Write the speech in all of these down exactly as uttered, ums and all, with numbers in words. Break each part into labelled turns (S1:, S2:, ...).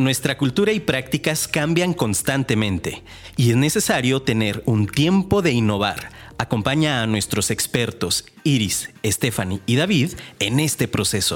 S1: Nuestra cultura y prácticas cambian constantemente y es necesario tener un tiempo de innovar. Acompaña a nuestros expertos Iris, Stephanie y David en este proceso.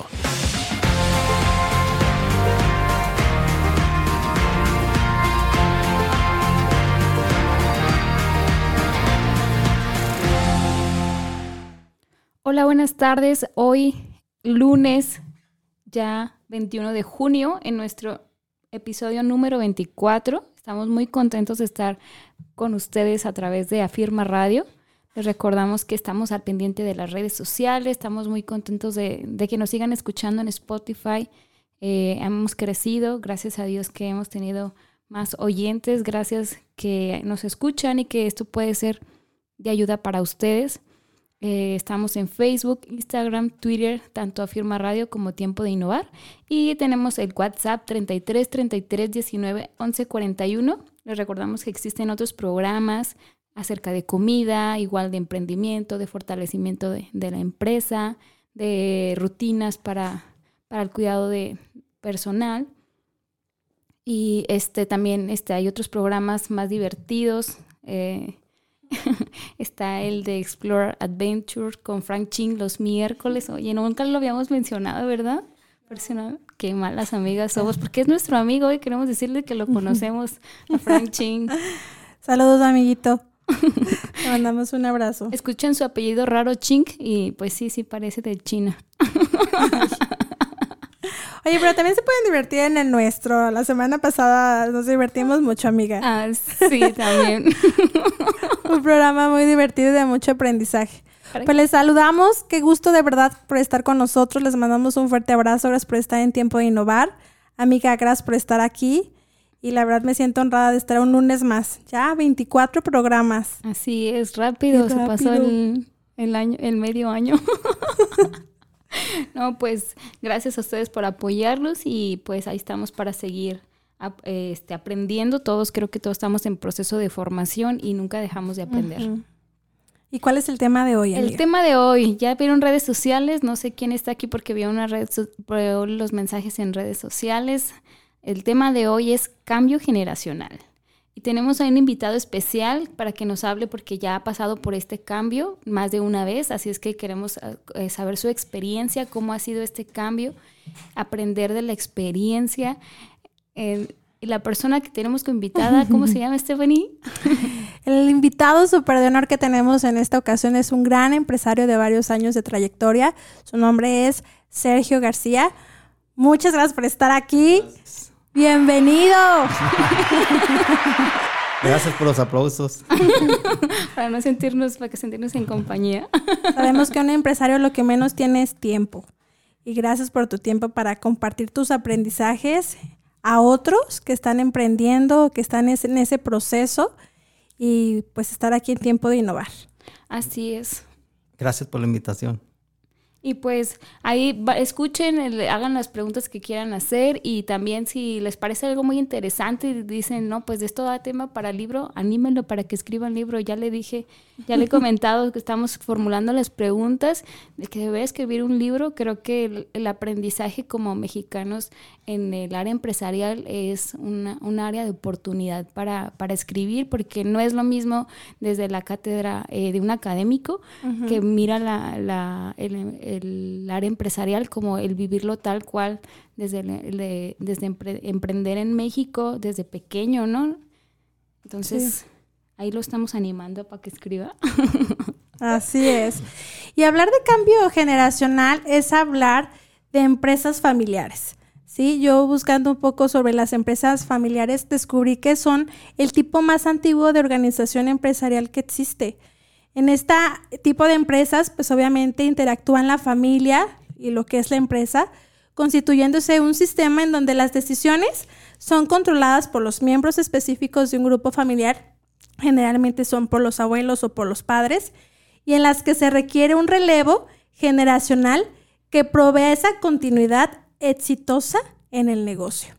S2: Hola, buenas tardes. Hoy, lunes, ya veintiuno de junio, en nuestro episodio número veinticuatro. Estamos muy contentos de estar con ustedes a través de Afirma Radio. Les recordamos que estamos al pendiente de las redes sociales. Estamos muy contentos de, de que nos sigan escuchando en Spotify. Eh, hemos crecido, gracias a Dios que hemos tenido más oyentes. Gracias que nos escuchan y que esto puede ser de ayuda para ustedes. Eh, estamos en Facebook, Instagram, Twitter, tanto Afirma Radio como Tiempo de Innovar. Y tenemos el WhatsApp treinta y tres, treinta y tres, diecinueve, once, cuarenta y uno. Les recordamos que existen otros programas acerca de comida, igual de emprendimiento, de fortalecimiento de, de la empresa, de rutinas para, para el cuidado de personal. Y este también este, hay otros programas más divertidos. Eh, Está el de Explore Adventure con Frank Ching los miércoles. Oye, nunca lo habíamos mencionado, ¿verdad? Personal. Qué malas amigas somos, porque es nuestro amigo y queremos decirle que lo conocemos a Frank Ching.
S3: Saludos, amiguito. Le mandamos un abrazo.
S2: Escuchan su apellido raro, Ching, y pues sí, sí parece de China.
S3: Oye, pero también se pueden divertir en el nuestro. La semana pasada nos divertimos mucho, amiga.
S2: Ah, sí, también.
S3: Un programa muy divertido y de mucho aprendizaje. Pues les saludamos. Qué gusto de verdad por estar con nosotros. Les mandamos un fuerte abrazo. Gracias por estar en Tiempo de Innovar. Amiga, gracias por estar aquí. Y la verdad me siento honrada de estar un lunes más. Ya veinticuatro programas.
S2: Así es, rápido. Qué se rápido. Pasó el, el año, el medio año. No, pues gracias a ustedes por apoyarlos y pues ahí estamos para seguir este, aprendiendo. Todos, creo que todos estamos en proceso de formación y nunca dejamos de aprender. Uh-huh.
S3: ¿Y cuál es el tema de hoy, amiga?
S2: El tema de hoy, ya vieron redes sociales, no sé quién está aquí porque vio una red, vio los mensajes en redes sociales. El tema de hoy es cambio generacional. Y tenemos a un invitado especial para que nos hable porque ya ha pasado por este cambio más de una vez, así es que queremos eh, saber su experiencia, cómo ha sido este cambio, aprender de la experiencia. Eh, y la persona que tenemos como invitada, ¿cómo se llama, Stephanie?
S3: El invitado súper de honor que tenemos en esta ocasión es un gran empresario de varios años de trayectoria. Su nombre es Sergio García. Muchas gracias por estar aquí. Gracias. ¡Bienvenido!
S4: Gracias por los aplausos.
S2: Para no sentirnos, para que sentirnos en compañía.
S3: Sabemos que un empresario lo que menos tiene es tiempo. Y gracias por tu tiempo para compartir tus aprendizajes a otros que están emprendiendo, que están en ese proceso y pues estar aquí en Tiempo de Innovar.
S2: Así es.
S4: Gracias por la invitación.
S2: Y pues ahí va, escuchen, el, hagan las preguntas que quieran hacer y también si les parece algo muy interesante y dicen, no, pues de esto da tema para libro, anímenlo para que escriban libro. Ya le dije, ya le he comentado que estamos formulando las preguntas de que debe escribir un libro. Creo que el, el aprendizaje como mexicanos en el área empresarial es una, un área de oportunidad para, para escribir, porque no es lo mismo desde la cátedra eh, de un académico uh-huh. que mira la, la, el, el área empresarial como el vivirlo tal cual desde, el, el, desde empre, emprender en México desde pequeño, ¿no? Entonces, sí. Ahí lo estamos animando para que escriba.
S3: Así es. Y hablar de cambio generacional es hablar de empresas familiares. Sí, yo buscando un poco sobre las empresas familiares descubrí que son el tipo más antiguo de organización empresarial que existe. En este tipo de empresas, pues obviamente interactúan la familia y lo que es la empresa, constituyéndose un sistema en donde las decisiones son controladas por los miembros específicos de un grupo familiar, generalmente son por los abuelos o por los padres, y en las que se requiere un relevo generacional que provea esa continuidad exitosa en el negocio.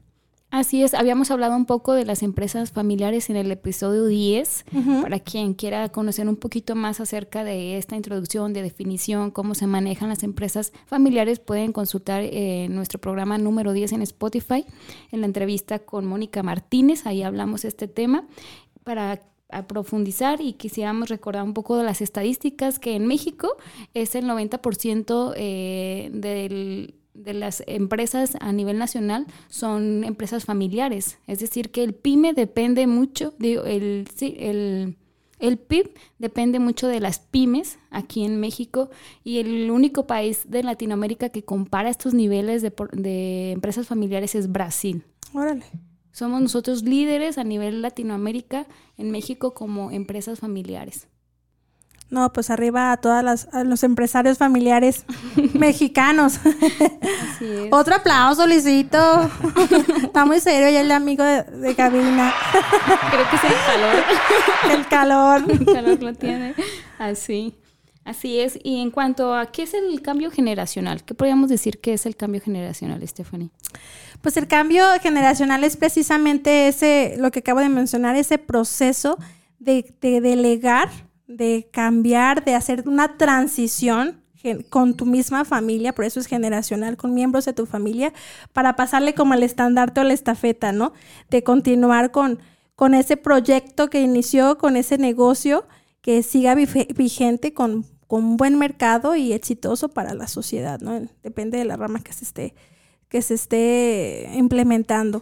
S2: Así es, habíamos hablado un poco de las empresas familiares en el episodio diez, uh-huh. para quien quiera conocer un poquito más acerca de esta introducción, de definición, cómo se manejan las empresas familiares, pueden consultar eh, nuestro programa número diez en Spotify, en la entrevista con Mónica Martínez, ahí hablamos de este tema, para a profundizar y quisiéramos recordar un poco de las estadísticas que en México es el noventa por ciento eh, del... de las empresas a nivel nacional son empresas familiares, es decir que el pyme depende mucho, digo, el, sí, el, el P I B depende mucho de las pymes aquí en México y el único país de Latinoamérica que compara estos niveles de, de empresas familiares es Brasil.
S3: Órale.
S2: Somos nosotros líderes a nivel Latinoamérica en México como empresas familiares.
S3: No, pues arriba a todas las a los empresarios familiares mexicanos.
S2: Así es.
S3: Otro aplauso, Luisito. Está muy serio ya el amigo de, de cabina.
S2: Creo que es el calor.
S3: El calor.
S2: El calor lo tiene. Así. Así es. Y en cuanto a qué es el cambio generacional, ¿qué podríamos decir que es el cambio generacional, Stephanie?
S3: Pues el cambio generacional es precisamente ese, lo que acabo de mencionar, ese proceso de, de delegar, de cambiar, de hacer una transición con tu misma familia, por eso es generacional, con miembros de tu familia, para pasarle como el estandarte o la estafeta, ¿no? De continuar con, con ese proyecto que inició, con ese negocio que siga vigente, con, con un buen mercado y exitoso para la sociedad, ¿no? Depende de la rama que se esté, que se esté implementando.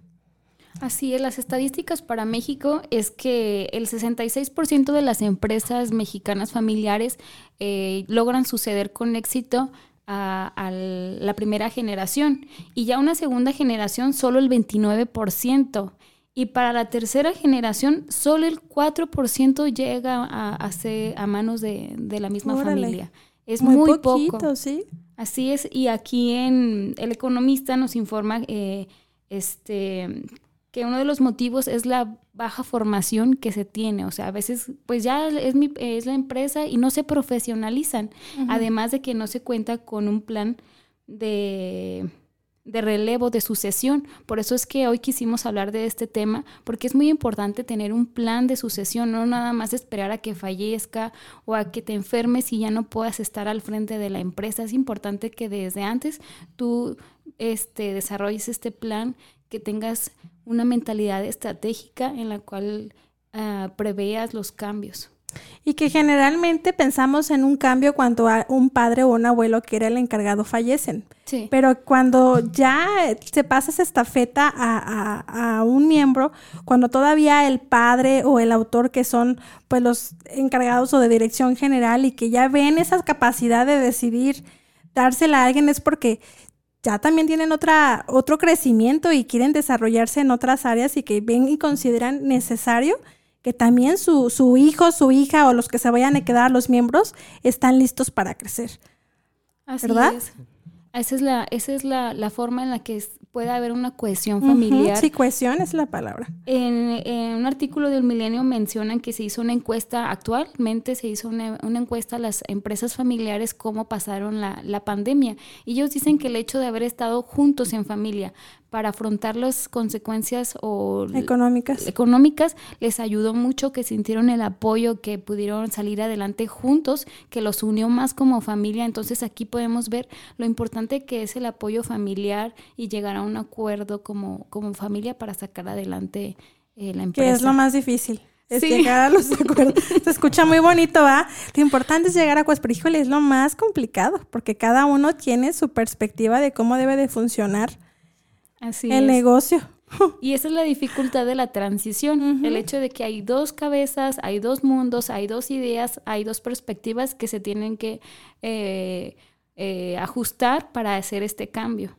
S2: Así es, las estadísticas para México es que el sesenta y seis por ciento de las empresas mexicanas familiares eh, logran suceder con éxito a, a la primera generación y ya una segunda generación solo el veintinueve por ciento y para la tercera generación solo el cuatro por ciento llega a, a, ser, a manos de, de la misma Órale. familia. Es muy, muy
S3: poquito,
S2: poco.
S3: ¿sí?
S2: Así es, y aquí en El Economista nos informa eh, este... que uno de los motivos es la baja formación que se tiene. O sea, a veces pues ya es, mi, es la empresa y no se profesionalizan. Uh-huh. Además de que no se cuenta con un plan de, de relevo, de sucesión. Por eso es que hoy quisimos hablar de este tema, porque es muy importante tener un plan de sucesión, no nada más esperar a que fallezca o a que te enfermes y ya no puedas estar al frente de la empresa. Es importante que desde antes tú este, desarrolles este plan, que tengas una mentalidad estratégica en la cual uh, preveas los cambios.
S3: Y que generalmente pensamos en un cambio cuando un padre o un abuelo que era el encargado fallecen.
S2: Sí.
S3: Pero cuando ya se pasa esa estafeta a, a, a un miembro, cuando todavía el padre o el autor que son pues los encargados o de dirección general y que ya ven esa capacidad de decidir dársela a alguien es porque ya también tienen otra, otro crecimiento y quieren desarrollarse en otras áreas y que ven y consideran necesario que también su, su hijo, su hija o los que se vayan a quedar, los miembros, están listos para crecer.
S2: Así
S3: ¿verdad?
S2: es. Esa es la, esa es la, la forma en la que puede haber una cohesión familiar.
S3: Uh-huh. Sí, cohesión es la palabra.
S2: En, en un artículo del Milenio mencionan que se hizo una encuesta, actualmente se hizo una, una encuesta a las empresas familiares cómo pasaron la, la pandemia. Y ellos dicen que el hecho de haber estado juntos en familia para afrontar las consecuencias o
S3: económicas.
S2: económicas les ayudó mucho, que sintieron el apoyo, que pudieron salir adelante juntos, que los unió más como familia. Entonces aquí podemos ver lo importante que es el apoyo familiar y llegar a un acuerdo como, como familia para sacar adelante eh, la empresa.
S3: Que es lo más difícil. Es
S2: sí.
S3: llegar a los acuerdos. Se escucha muy bonito, ¿va? Lo importante es llegar a acuerdos, pero híjole, es lo más complicado, porque cada uno tiene su perspectiva de cómo debe de funcionar
S2: Así
S3: el
S2: es.
S3: negocio.
S2: Y esa es la dificultad de la transición, uh-huh. el hecho de que hay dos cabezas, hay dos mundos, hay dos ideas, hay dos perspectivas que se tienen que eh, eh, ajustar para hacer este cambio.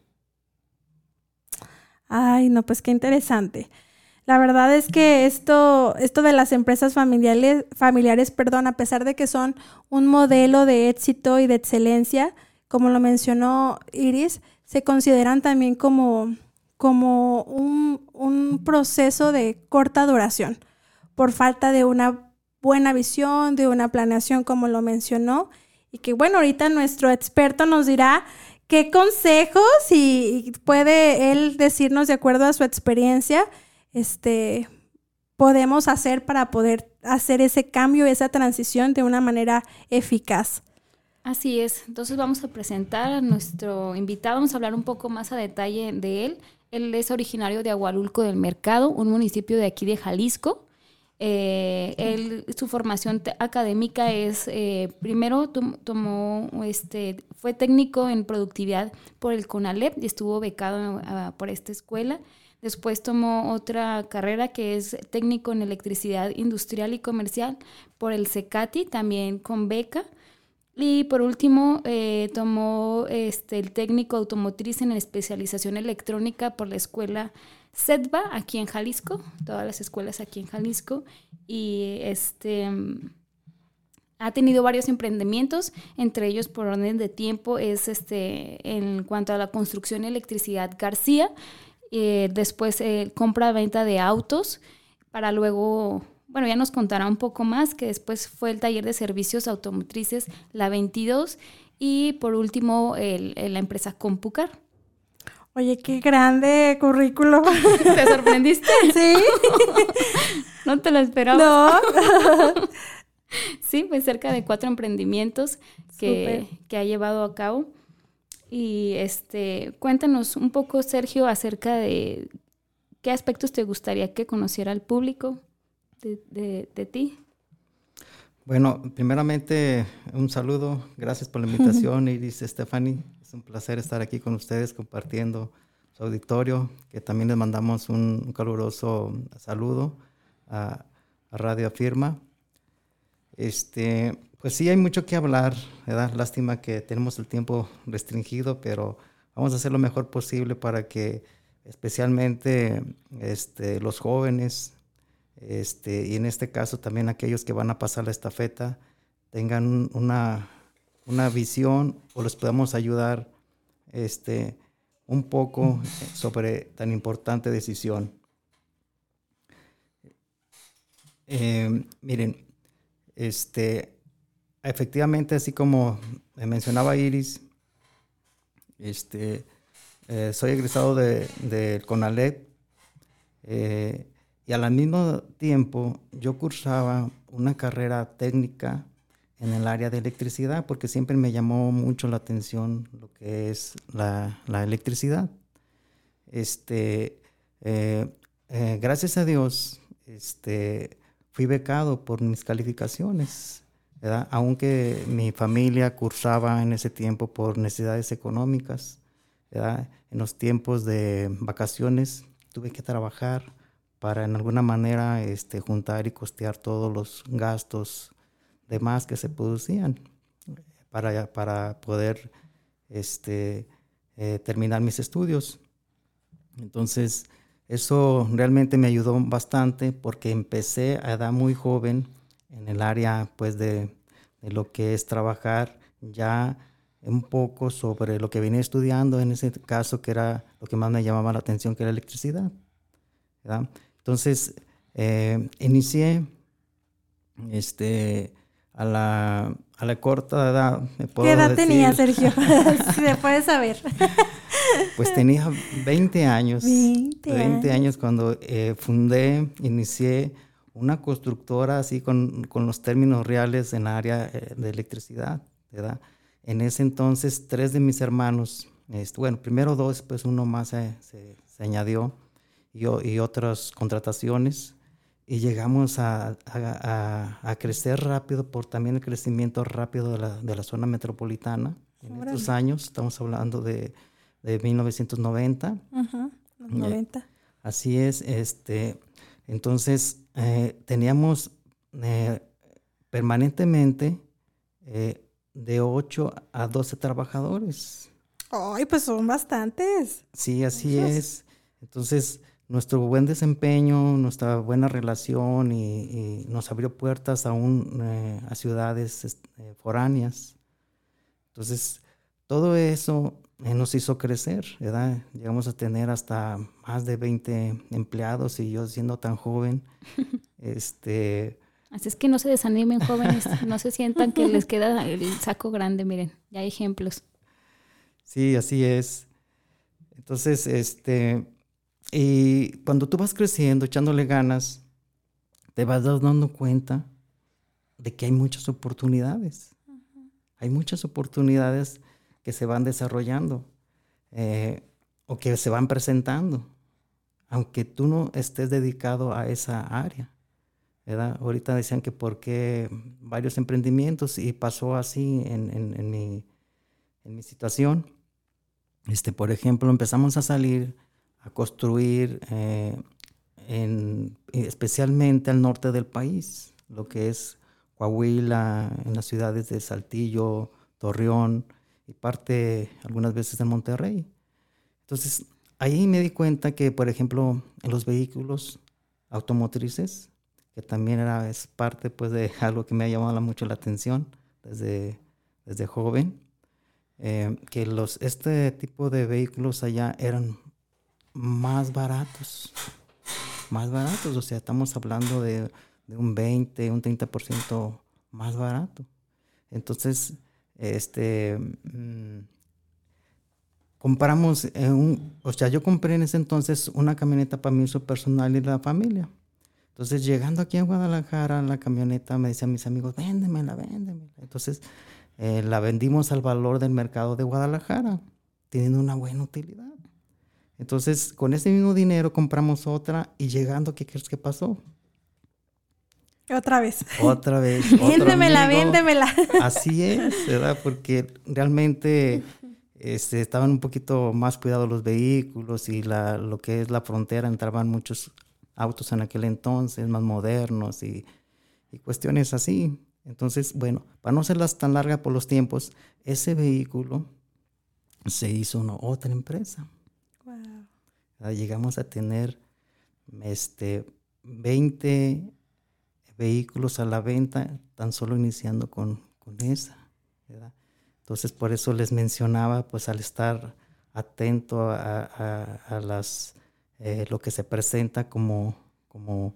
S3: Ay, no, pues qué interesante. La verdad es que esto, esto de las empresas familiares, familiares, perdón, a pesar de que son un modelo de éxito y de excelencia, como lo mencionó Iris, se consideran también como, como un, un proceso de corta duración, por falta de una buena visión, de una planeación, como lo mencionó, y que bueno, ahorita nuestro experto nos dirá ¿qué consejos y puede él decirnos de acuerdo a su experiencia, este, podemos hacer para poder hacer ese cambio, esa transición de una manera eficaz?
S2: Así es. Entonces vamos a presentar a nuestro invitado, vamos a hablar un poco más a detalle de él. Él es originario de Agualulco del Mercado, un municipio de aquí de Jalisco. Eh, él, su formación te- académica es, eh, primero tom- tomó, este, fue técnico en productividad por el CONALEP y estuvo becado uh, por esta escuela. Después tomó otra carrera que es técnico en electricidad industrial y comercial por el CECATI, también con beca. Y por último, eh, tomó este, el técnico automotriz en especialización electrónica por la escuela SETBA, aquí en Jalisco, todas las escuelas aquí en Jalisco. Y este ha tenido varios emprendimientos, entre ellos por orden de tiempo es este en cuanto a la construcción y electricidad García, eh, después eh, compra-venta de autos, para luego... Bueno, ya nos contará un poco más, que después fue el taller de servicios automotrices La veintidós y por último el, el, la empresa Compucar.
S3: Oye, qué grande currículo.
S2: ¿Te sorprendiste?
S3: Sí.
S2: No te lo esperabas.
S3: No.
S2: Sí, pues cerca de cuatro emprendimientos que, que ha llevado a cabo. Y este, cuéntanos un poco, Sergio, acerca de qué aspectos te gustaría que conociera el público. De, de, de ti.
S4: Bueno, primeramente un saludo, gracias por la invitación, Iris, Stephanie, es un placer estar aquí con ustedes compartiendo su auditorio, que también les mandamos un, un caluroso saludo a, a Radio Afirma. Este, pues sí, hay mucho que hablar, ¿verdad? Lástima que tenemos el tiempo restringido, pero vamos a hacer lo mejor posible para que especialmente este, los jóvenes, Este, y en este caso también aquellos que van a pasar la estafeta tengan una, una visión o les podamos ayudar este, un poco sobre tan importante decisión. Eh, miren, este, efectivamente, así como mencionaba Iris, este, eh, soy egresado de, de CONALEP, eh, y al mismo tiempo yo cursaba una carrera técnica en el área de electricidad porque siempre me llamó mucho la atención lo que es la, la electricidad. Este, eh, eh, gracias a Dios este, fui becado por mis calificaciones, ¿verdad? Aunque mi familia cursaba en ese tiempo por necesidades económicas, ¿verdad? En los tiempos de vacaciones tuve que trabajar para en alguna manera este, juntar y costear todos los gastos demás que se producían para, para poder este, eh, terminar mis estudios. Entonces, eso realmente me ayudó bastante porque empecé a edad muy joven en el área pues, de, de lo que es trabajar ya un poco sobre lo que venía estudiando, en ese caso que era lo que más me llamaba la atención, que era electricidad, ¿verdad? Entonces, eh, inicié este, a, la, a la corta edad. Me puedo
S3: ¿Qué edad
S4: decir,
S3: tenía, Sergio? Si se puede saber.
S4: Pues tenía veinte años.
S3: veinte,
S4: veinte años cuando eh, fundé, inicié una constructora así con, con los términos reales en la área eh, de electricidad, ¿verdad? En ese entonces, tres de mis hermanos, este, bueno, primero dos, pues uno más se, se, se añadió, y, y otras contrataciones, y llegamos a, a, a, a crecer rápido por también el crecimiento rápido de la, de la zona metropolitana. En Órale. Estos años, estamos hablando de, de mil novecientos noventa.
S3: Uh-huh, los noventa.
S4: Eh, así es, este, entonces eh, teníamos eh, permanentemente eh, de ocho a doce trabajadores.
S3: Ay, pues son bastantes.
S4: Sí, así Muchos. es. Entonces, nuestro buen desempeño, nuestra buena relación y, y nos abrió puertas aún eh, a ciudades eh, foráneas. Entonces, todo eso eh, nos hizo crecer, ¿verdad? Llegamos a tener hasta más de veinte empleados y yo siendo tan joven, este...
S2: Así es que no se desanimen, jóvenes, no se sientan que les queda el saco grande, miren, ya hay ejemplos.
S4: Sí, así es. Entonces, este, y cuando tú vas creciendo, echándole ganas, te vas dando cuenta de que hay muchas oportunidades. Uh-huh. Hay muchas oportunidades que se van desarrollando eh, o que se van presentando, aunque tú no estés dedicado a esa área, ¿verdad? Ahorita decían que por qué varios emprendimientos, y pasó así en, en, en, mi, en mi situación. Este, por ejemplo, empezamos a salir a construir eh, en, especialmente al norte del país, lo que es Coahuila, en las ciudades de Saltillo, Torreón y parte algunas veces de Monterrey. Entonces, ahí me di cuenta que, por ejemplo, en los vehículos automotrices, que también era, es parte pues, de algo que me ha llamado mucho la atención desde, desde joven, eh, que los, este tipo de vehículos allá eran más baratos, más baratos, o sea, estamos hablando de, de un veinte, un treinta por ciento más barato. Entonces, este, mmm, compramos, eh, un, o sea, yo compré en ese entonces una camioneta para mi uso personal y la familia. Entonces, llegando aquí a Guadalajara, la camioneta me decían mis amigos, véndemela, véndemela. Entonces, eh, la vendimos al valor del mercado de Guadalajara, teniendo una buena utilidad. Entonces, con ese mismo dinero compramos otra y llegando, ¿qué crees que pasó?
S3: Otra vez.
S4: Otra vez.
S3: Véndemela, véndemela.
S4: Así es, ¿verdad? Porque realmente este, estaban un poquito más cuidados los vehículos y la, lo que es la frontera, entraban muchos autos en aquel entonces, más modernos y, y cuestiones así. Entonces, bueno, para no hacerlas tan largas por los tiempos, ese vehículo se hizo una otra empresa. Wow. Llegamos a tener este, veinte vehículos a la venta, tan solo iniciando con, con esa, ¿verdad? Entonces, por eso les mencionaba, pues al estar atento a, a, a las, eh, lo que se presenta como, como,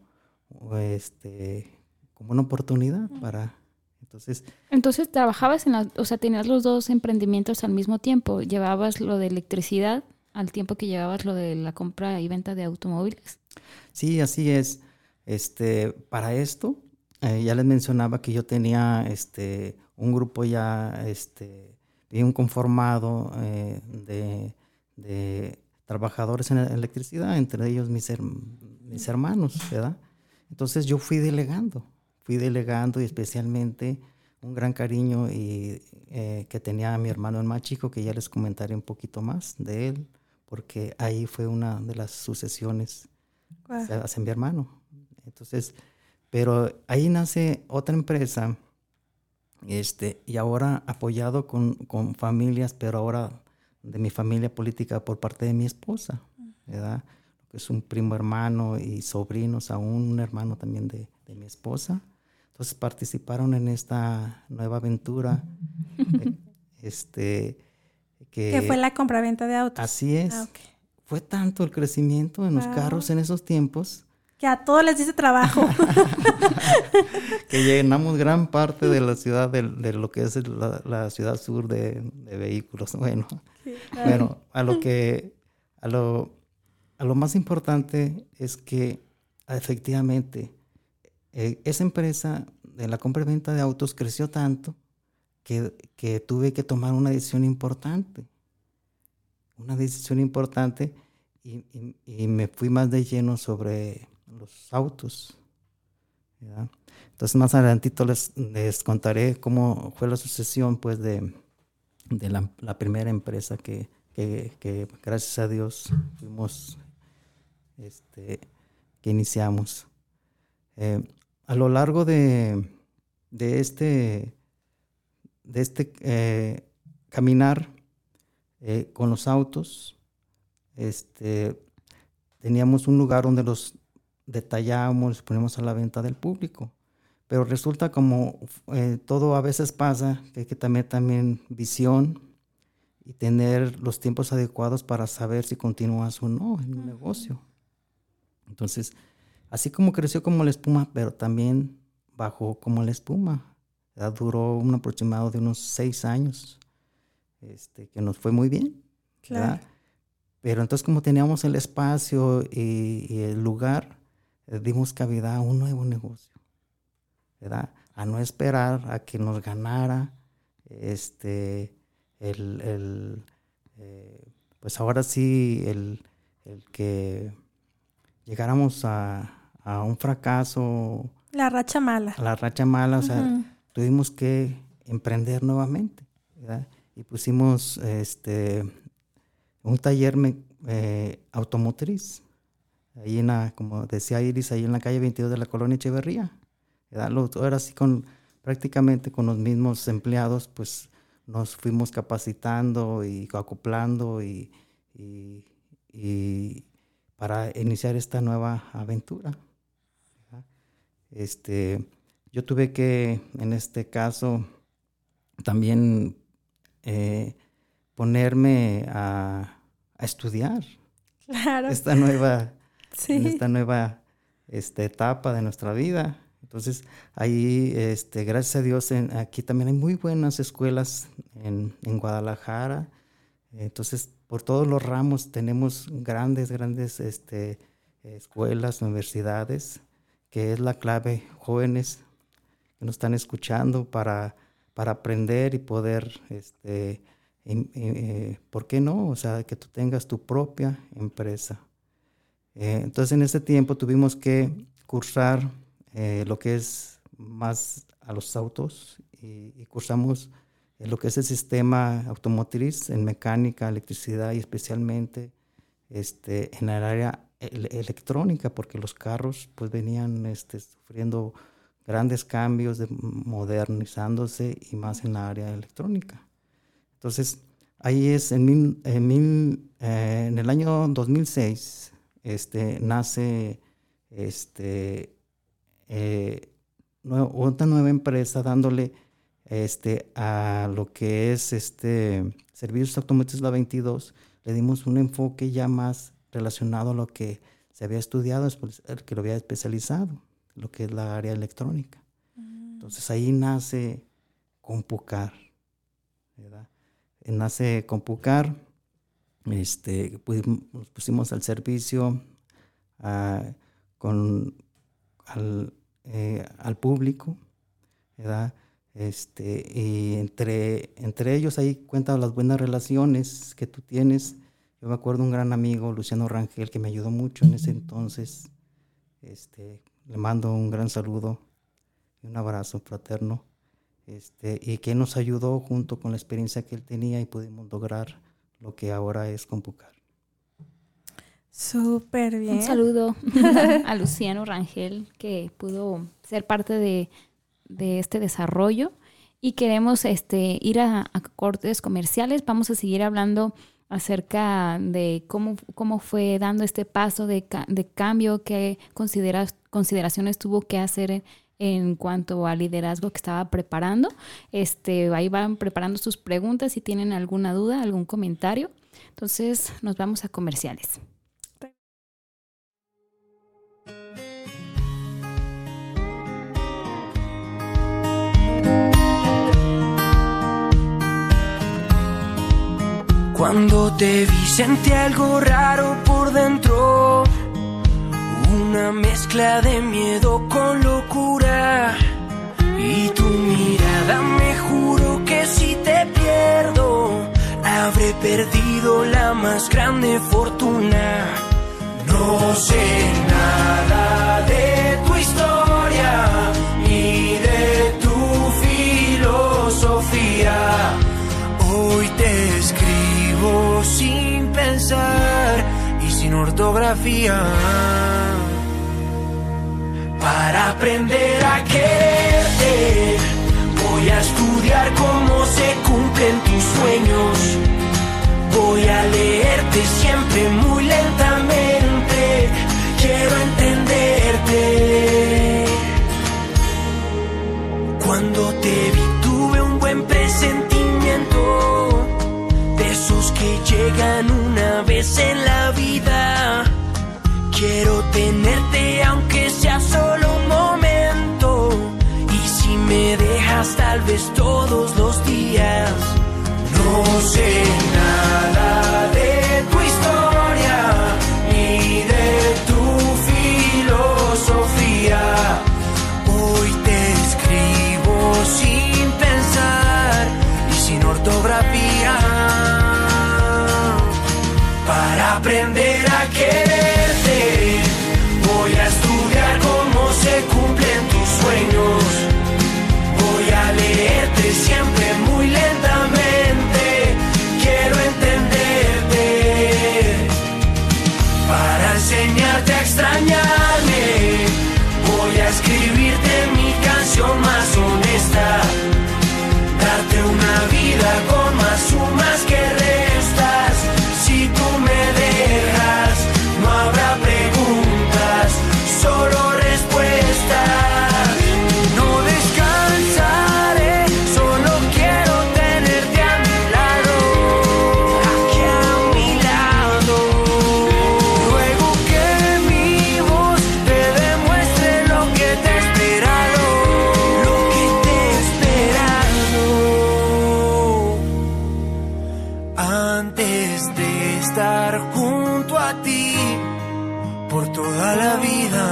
S4: este, como una oportunidad para... Entonces,
S2: Entonces, trabajabas en la, o sea, tenías los dos emprendimientos al mismo tiempo. Llevabas lo de electricidad al tiempo que llevabas lo de la compra y venta de automóviles.
S4: Sí, así es. Este, para esto, eh, ya les mencionaba que yo tenía este, un grupo ya este, bien conformado eh, de, de trabajadores en electricidad, entre ellos mis, her mis hermanos, ¿verdad? Entonces yo fui delegando, fui delegando y especialmente un gran cariño y, eh, que tenía a mi hermano el más chico, que ya les comentaré un poquito más de él, porque ahí fue una de las sucesiones wow. hacia, hacia mi hermano. Entonces, pero ahí nace otra empresa, este, y ahora apoyado con, con familias, pero ahora de mi familia política por parte de mi esposa, ¿verdad? Que es un primo hermano y sobrinos, aún un hermano también de, de mi esposa. Entonces participaron en esta nueva aventura, eh, este, que...
S3: ¿Qué fue la compraventa de autos?
S4: Así es. Ah, okay. Fue tanto el crecimiento en wow. los carros en esos tiempos,
S3: que a todos les dice trabajo.
S4: Que llenamos gran parte de la ciudad, de, de lo que es la, la ciudad sur de, de vehículos. Bueno, sí, bueno, a lo que, a lo, a lo más importante es que efectivamente eh, esa empresa de la compra y venta de autos creció tanto que, que tuve que tomar una decisión importante. Una decisión importante y, y, y me fui más de lleno sobre los autos, ¿verdad? Entonces más adelantito les, les contaré cómo fue la sucesión pues de, de la, la primera empresa que, que, que gracias a Dios fuimos este, que iniciamos. Eh, a lo largo de, de este, de este eh, caminar eh, con los autos, este, teníamos un lugar donde los detallamos, los ponemos a la venta del público. Pero resulta como eh, todo a veces pasa, que hay que tener también visión y tener los tiempos adecuados para saber si continúas o no en un uh-huh. negocio. Entonces, así como creció como la espuma, pero también bajó como la espuma. Ya duró un aproximado de unos seis años. este, que nos fue muy bien.
S3: Claro.
S4: ¿verdad? Pero entonces como teníamos el espacio y, y el lugar, eh, dimos cabida a un nuevo negocio, ¿verdad? A no esperar a que nos ganara este, el, el eh, pues ahora sí, el, el que llegáramos a, a un fracaso.
S3: La racha mala.
S4: A la racha mala, o sea,
S3: Uh-huh.
S4: tuvimos que emprender nuevamente, ¿verdad? Y pusimos este, un taller me, eh, automotriz, ahí en la, como decía Iris, ahí en la calle veintidós de la colonia Echeverría, ¿verdad? Lo, ahora sí, con, prácticamente con los mismos empleados, pues nos fuimos capacitando y acoplando y, y, y para iniciar esta nueva aventura, ¿verdad? Este, yo tuve que, en este caso, también eh, ponerme a, a estudiar
S3: Claro.
S4: esta nueva,
S3: Sí.
S4: en esta nueva este, etapa de nuestra vida. Entonces, ahí, este, gracias a Dios, en, aquí también hay muy buenas escuelas en, en Guadalajara. Entonces, por todos los ramos tenemos grandes, grandes este, escuelas, universidades, que es la clave, jóvenes que nos están escuchando, para, para aprender y poder, este, eh, eh, ¿por qué no? O sea, que tú tengas tu propia empresa. Eh, entonces, en ese tiempo tuvimos que cursar eh, lo que es más a los autos y, y cursamos eh, lo que es el sistema automotriz en mecánica, electricidad y especialmente este, en el área el, electrónica, porque los carros pues venían este, sufriendo grandes cambios, de, modernizándose y más en la área electrónica. Entonces, ahí es en, mil, en, mil, eh, en el año dos mil seis este, nace este, eh, nuevo, otra nueva empresa dándole este, a lo que es este, Servicios Automotrices La veintidós. Le dimos un enfoque ya más relacionado a lo que se había estudiado, el que lo había especializado, lo que es la área electrónica. Mm. Entonces ahí nace Compucar, ¿verdad? Nace Compucar, este, pues, nos pusimos al servicio uh, con, al, eh, al público, ¿verdad? Este, y entre, entre ellos ahí cuentan las buenas relaciones que tú tienes. Yo me acuerdo un gran amigo, Luciano Rangel, que me ayudó mucho en ese entonces. Este, le mando un gran saludo y un abrazo fraterno. Este, y que nos ayudó junto con la experiencia que él tenía y pudimos lograr lo que ahora es Compucar.
S3: Súper bien.
S2: Un saludo a Luciano Rangel, que pudo ser parte de, de este desarrollo. Y queremos este, ir a, a cortes comerciales. Vamos a seguir hablando acerca de cómo, cómo fue dando este paso de, de cambio, qué consideras, consideraciones tuvo que hacer en, en cuanto al liderazgo que estaba preparando. Este, ahí van preparando sus preguntas si tienen alguna duda, algún comentario. Entonces nos vamos a comerciales.
S5: Cuando te vi sentí algo raro por dentro, una mezcla de miedo con locura. Y tu mirada me juro que si te pierdo, habré perdido la más grande fortuna. No sé nada de tu historia ni de tu filosofía. Hoy te escribo sin pensar y sin ortografía, para aprender a quererte. Voy a estudiar cómo se cumplen tus sueños. Voy a leerte siempre muy lentamente. Quiero entenderte. Cuando te vi tuve un buen presentimiento, de esos que llegan una vez en la vida. Quiero tenerte aunque sea solo un momento, y si me dejas tal vez todos los días. No sé nada de tu historia ni de tu filosofía. Hoy te escribo sin pensar y sin ortografía, para aprender a quererte. Voy a estudiar cómo se cumplen tus sueños. Voy a leerte siempre muy lentamente. Quiero entenderte, para enseñarte a extrañarme. Voy a escribirte mi canción más honesta, darte una vida con más sumas que restas. Si tú me dejas, no habrá preguntas, solo respuestas. No descansaré, solo quiero tenerte a mi lado, aquí a mi lado. Luego que mi voz te demuestre lo que te he esperado, lo que te he esperado. Antes de estar junto a ti por toda la vida,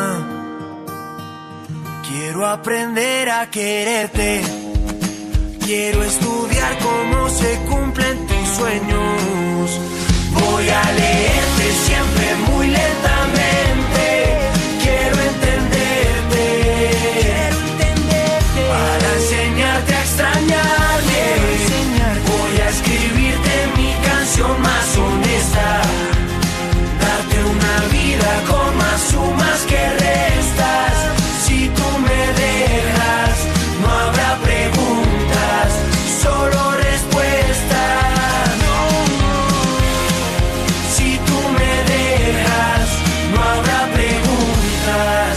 S5: quiero aprender a quererte. Quiero estudiar cómo se cumplen tus sueños. Voy a leerte siempre muy lentamente. Quiero entenderte, quiero entenderte, para enseñarte a extrañarme. Voy a escribirte mi canción más honesta, darte una vida con más sumas que restas. Si tú me dejas, no habrá preguntas, solo respuestas. Si tú me dejas, no habrá preguntas,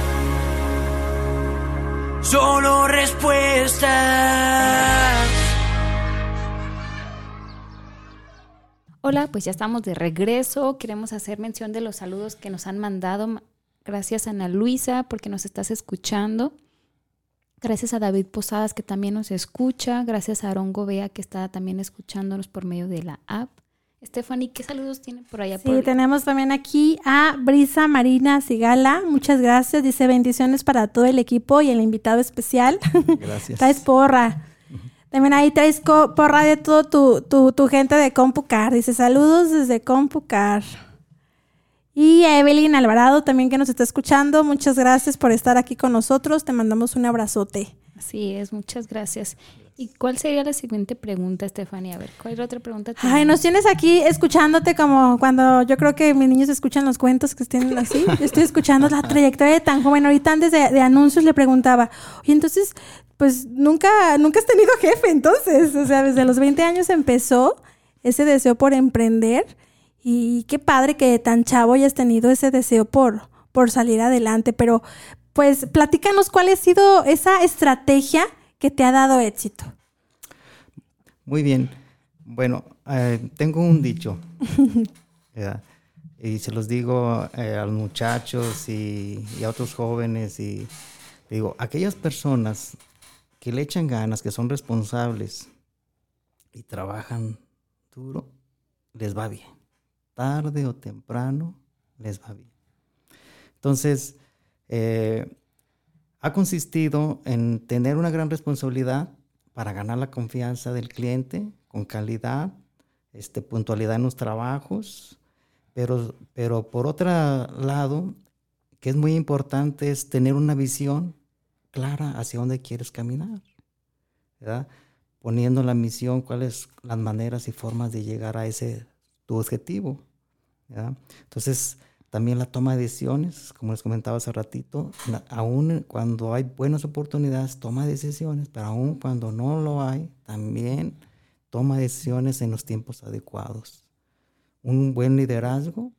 S5: solo respuestas.
S2: Hola, pues ya estamos de regreso. Queremos hacer mención de los saludos que nos han mandado. Gracias a Ana Luisa porque nos estás escuchando. Gracias a David Posadas que también nos escucha. Gracias a Aarón Gobea que está también escuchándonos por medio de la app. Stephanie, ¿qué saludos tienen por allá?
S3: Sí,
S2: por...
S3: tenemos también aquí a Brisa Marina Sigala. Muchas gracias. Dice bendiciones para todo el equipo y el invitado especial.
S4: Gracias.
S3: Traes porra. También ahí traes co- porra de todo tu, tu, tu gente de CompuCar. Dice saludos desde CompuCar. Y a Evelyn Alvarado también que nos está escuchando. Muchas gracias por estar aquí con nosotros. Te mandamos un abrazote.
S2: Así es, muchas gracias. ¿Y cuál sería la siguiente pregunta, Stephanie? A ver, ¿cuál otra pregunta tienes?
S3: Ay, nos tienes aquí escuchándote como cuando yo creo que mis niños escuchan los cuentos que estén así. Yo estoy escuchando la trayectoria de tan joven. Ahorita antes de, de anuncios le preguntaba, oye, entonces, pues nunca, nunca has tenido jefe, entonces. O sea, desde los veinte años empezó ese deseo por emprender. Y qué padre que tan chavo hayas tenido ese deseo por, por salir adelante. Pero, pues, platícanos cuál ha sido esa estrategia que te ha dado éxito.
S4: Muy bien. Bueno, eh, tengo un dicho, ¿verdad? Y se los digo eh, a los muchachos y, y a otros jóvenes. Y digo, aquellas personas que le echan ganas, que son responsables y trabajan duro, les va bien. Tarde o temprano les va bien. Entonces, eh, ha consistido en tener una gran responsabilidad para ganar la confianza del cliente con calidad, este, puntualidad en los trabajos, pero, pero por otro lado, que es muy importante, es tener una visión clara hacia dónde quieres caminar, ¿verdad? Poniendo la misión, cuáles las maneras y formas de llegar a ese tu objetivo, ¿verdad? Entonces, también la toma de decisiones, como les comentaba hace ratito, la, aún cuando hay buenas oportunidades, toma decisiones, pero aún cuando no lo hay, también toma decisiones en los tiempos adecuados. Un buen liderazgo,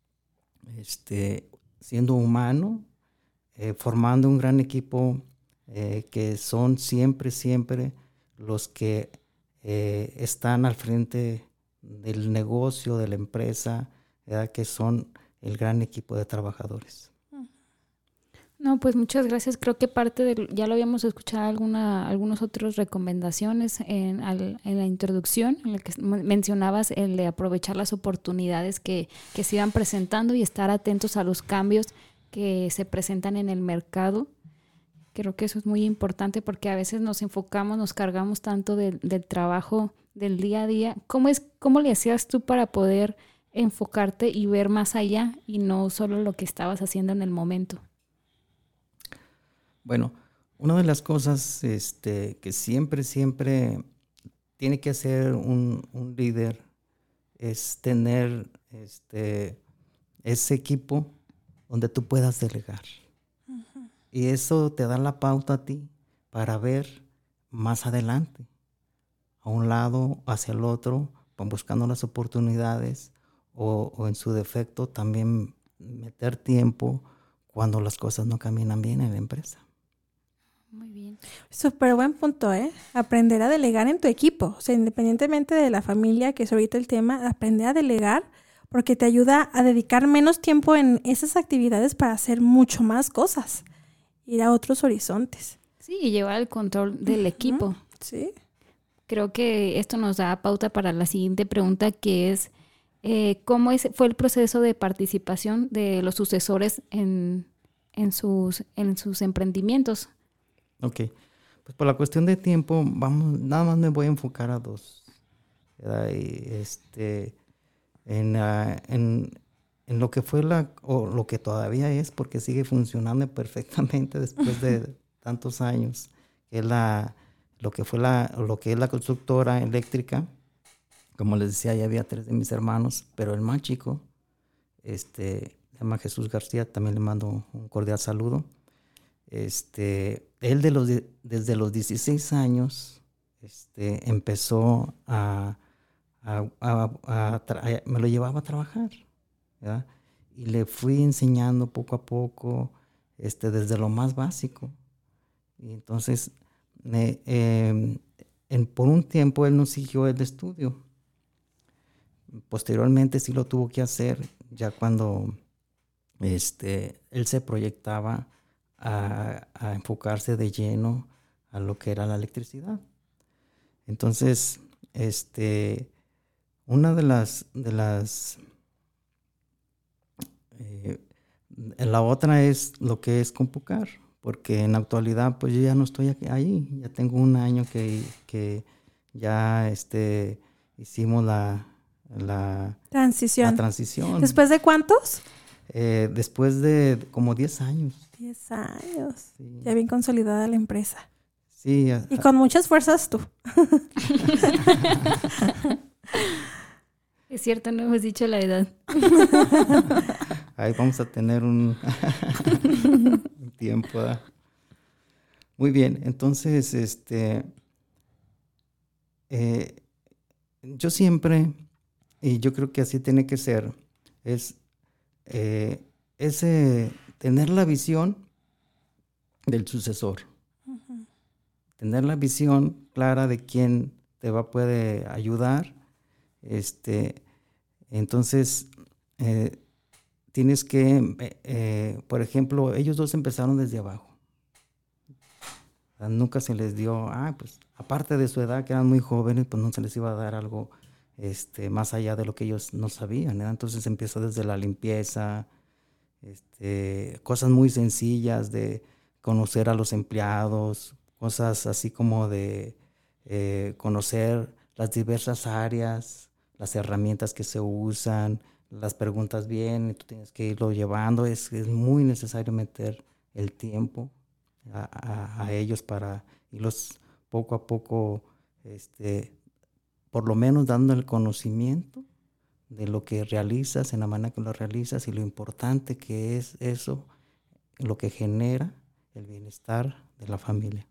S4: este, siendo humano, eh, formando un gran equipo eh, que son siempre, siempre los que eh, están al frente del negocio, de la empresa, ¿verdad? Que son el gran equipo de trabajadores.
S2: No, pues muchas gracias. Creo que parte de, ya lo habíamos escuchado alguna, algunas otras recomendaciones en, al, en la introducción, en la que mencionabas el de aprovechar las oportunidades que, que se iban presentando y estar atentos a los cambios que se presentan en el mercado. Creo que eso es muy importante porque a veces nos enfocamos, nos cargamos tanto del, del trabajo del día a día. ¿Cómo es, cómo le hacías tú para poder enfocarte y ver más allá y no solo lo que estabas haciendo en el momento?
S4: Bueno, una de las cosas este, que siempre, siempre tiene que hacer un, un líder es tener este, ese equipo donde tú puedas delegar. Uh-huh. Y eso te da la pauta a ti para ver más adelante, a un lado, hacia el otro, van buscando las oportunidades o, o en su defecto también meter tiempo cuando las cosas no caminan bien en la empresa.
S2: Muy bien.
S3: Súper buen punto, ¿eh? Aprender a delegar en tu equipo. O sea, independientemente de la familia, que es ahorita el tema, aprender a delegar porque te ayuda a dedicar menos tiempo en esas actividades para hacer mucho más cosas, ir a otros horizontes.
S2: Sí, y llevar el control del uh-huh. equipo.
S3: Sí.
S2: Creo que esto nos da pauta para la siguiente pregunta, que es eh, ¿cómo es, fue el proceso de participación de los sucesores en, en, sus, en sus emprendimientos?
S4: Ok, pues por la cuestión de tiempo, vamos, nada más me voy a enfocar a dos. ¿Verdad? Y este, en, uh, en, en lo que fue la, o lo que todavía es, porque sigue funcionando perfectamente después de tantos años, que es la, lo que fue la, lo que es la constructora eléctrica. Como les decía, ya había tres de mis hermanos, pero el más chico, este, se llama Jesús García, también le mando un cordial saludo. Este, él de los, desde los dieciséis años este, empezó a, a, a, a, tra- a, me lo llevaba a trabajar, ¿verdad? Y le fui enseñando poco a poco, este, desde lo más básico. Y entonces, eh, eh, en, por un tiempo él no siguió el estudio. Posteriormente sí lo tuvo que hacer, ya cuando este, él se proyectaba A, a enfocarse de lleno a lo que era la electricidad. Entonces, este, una de las, de las, eh, la otra es lo que es Compucar, porque en la actualidad, pues yo ya no estoy aquí, ahí, ya tengo un año que, que ya, este, hicimos la, la
S3: transición.
S4: La transición.
S3: ¿Después de cuántos?
S4: Eh, después de como diez años.
S3: diez años.
S4: Sí.
S3: Ya bien consolidada la empresa.
S4: Sí. A,
S3: y con muchas fuerzas tú.
S2: Es cierto, no hemos dicho la edad.
S4: Ahí vamos a tener un, un tiempo. ¿eh? Muy bien, entonces, este, eh, yo siempre, y yo creo que así tiene que ser, es eh, ese tener la visión del sucesor. Uh-huh. Tener la visión clara de quién te va a poder ayudar. Este, entonces, eh, tienes que, eh, eh, por ejemplo, ellos dos empezaron desde abajo. O sea, nunca se les dio, ah, pues, aparte de su edad, que eran muy jóvenes, pues no se les iba a dar algo este, más allá de lo que ellos no sabían, ¿eh? Entonces empieza desde la limpieza, este, cosas muy sencillas de conocer a los empleados, cosas así como de eh, conocer las diversas áreas, las herramientas que se usan, las preguntas bien, y tú tienes que irlo llevando. Es, es muy necesario meter el tiempo a, a, a ellos para irlos poco a poco, este, por lo menos dando el conocimiento de lo que realizas, en la manera que lo realizas y lo importante que es eso, lo que genera el bienestar de la familia.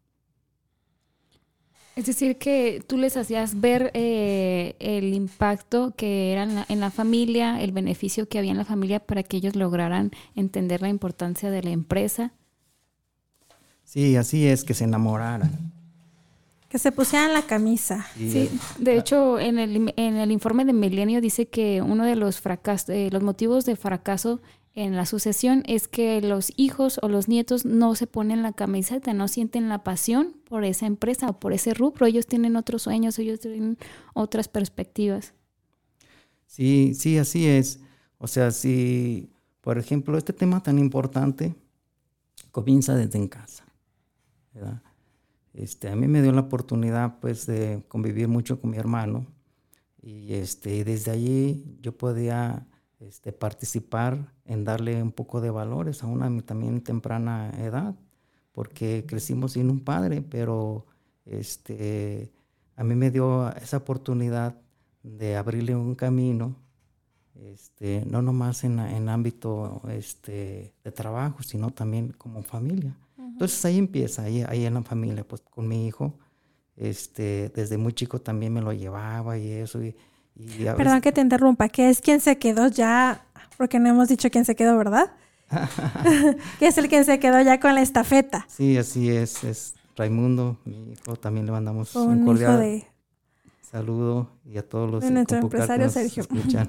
S2: Es decir, que tú les hacías ver eh, el impacto que era en la, en la familia, el beneficio que había en la familia para que ellos lograran entender la importancia de la empresa.
S4: Sí, así es, que se enamoraran.
S3: Que se pusieran la camisa.
S2: Sí, sí, de hecho, en el, en el informe de Milenio dice que uno de los fracasos, eh, los motivos de fracaso en la sucesión es que los hijos o los nietos no se ponen la camiseta, no sienten la pasión por esa empresa o por ese rubro. Ellos tienen otros sueños, ellos tienen otras perspectivas.
S4: Sí, sí, así es. O sea, si, por ejemplo, este tema tan importante comienza desde en casa, ¿verdad? Este, a mí me dio la oportunidad, pues, de convivir mucho con mi hermano y este, desde allí yo podía este, participar en darle un poco de valores a una también temprana edad, porque crecimos sin un padre, pero este, a mí me dio esa oportunidad de abrirle un camino, este, no nomás en, en ámbito este, de trabajo, sino también como familia. Uh-huh. Entonces ahí empieza, ahí, ahí en la familia, pues con mi hijo, este, desde muy chico también me lo llevaba y eso. Y, y
S3: Perdón
S4: veces...
S3: que te interrumpa, ¿qué es quien se quedó ya? Porque no hemos dicho quién se quedó, ¿verdad? ¿Qué es el que se quedó ya con la estafeta?
S4: Sí, así es, es Raimundo, mi hijo, también le mandamos
S3: un,
S4: un cordial
S3: hijo de...
S4: saludo y a todos los
S3: de nuestro empresario Sergio.
S4: Escuchan.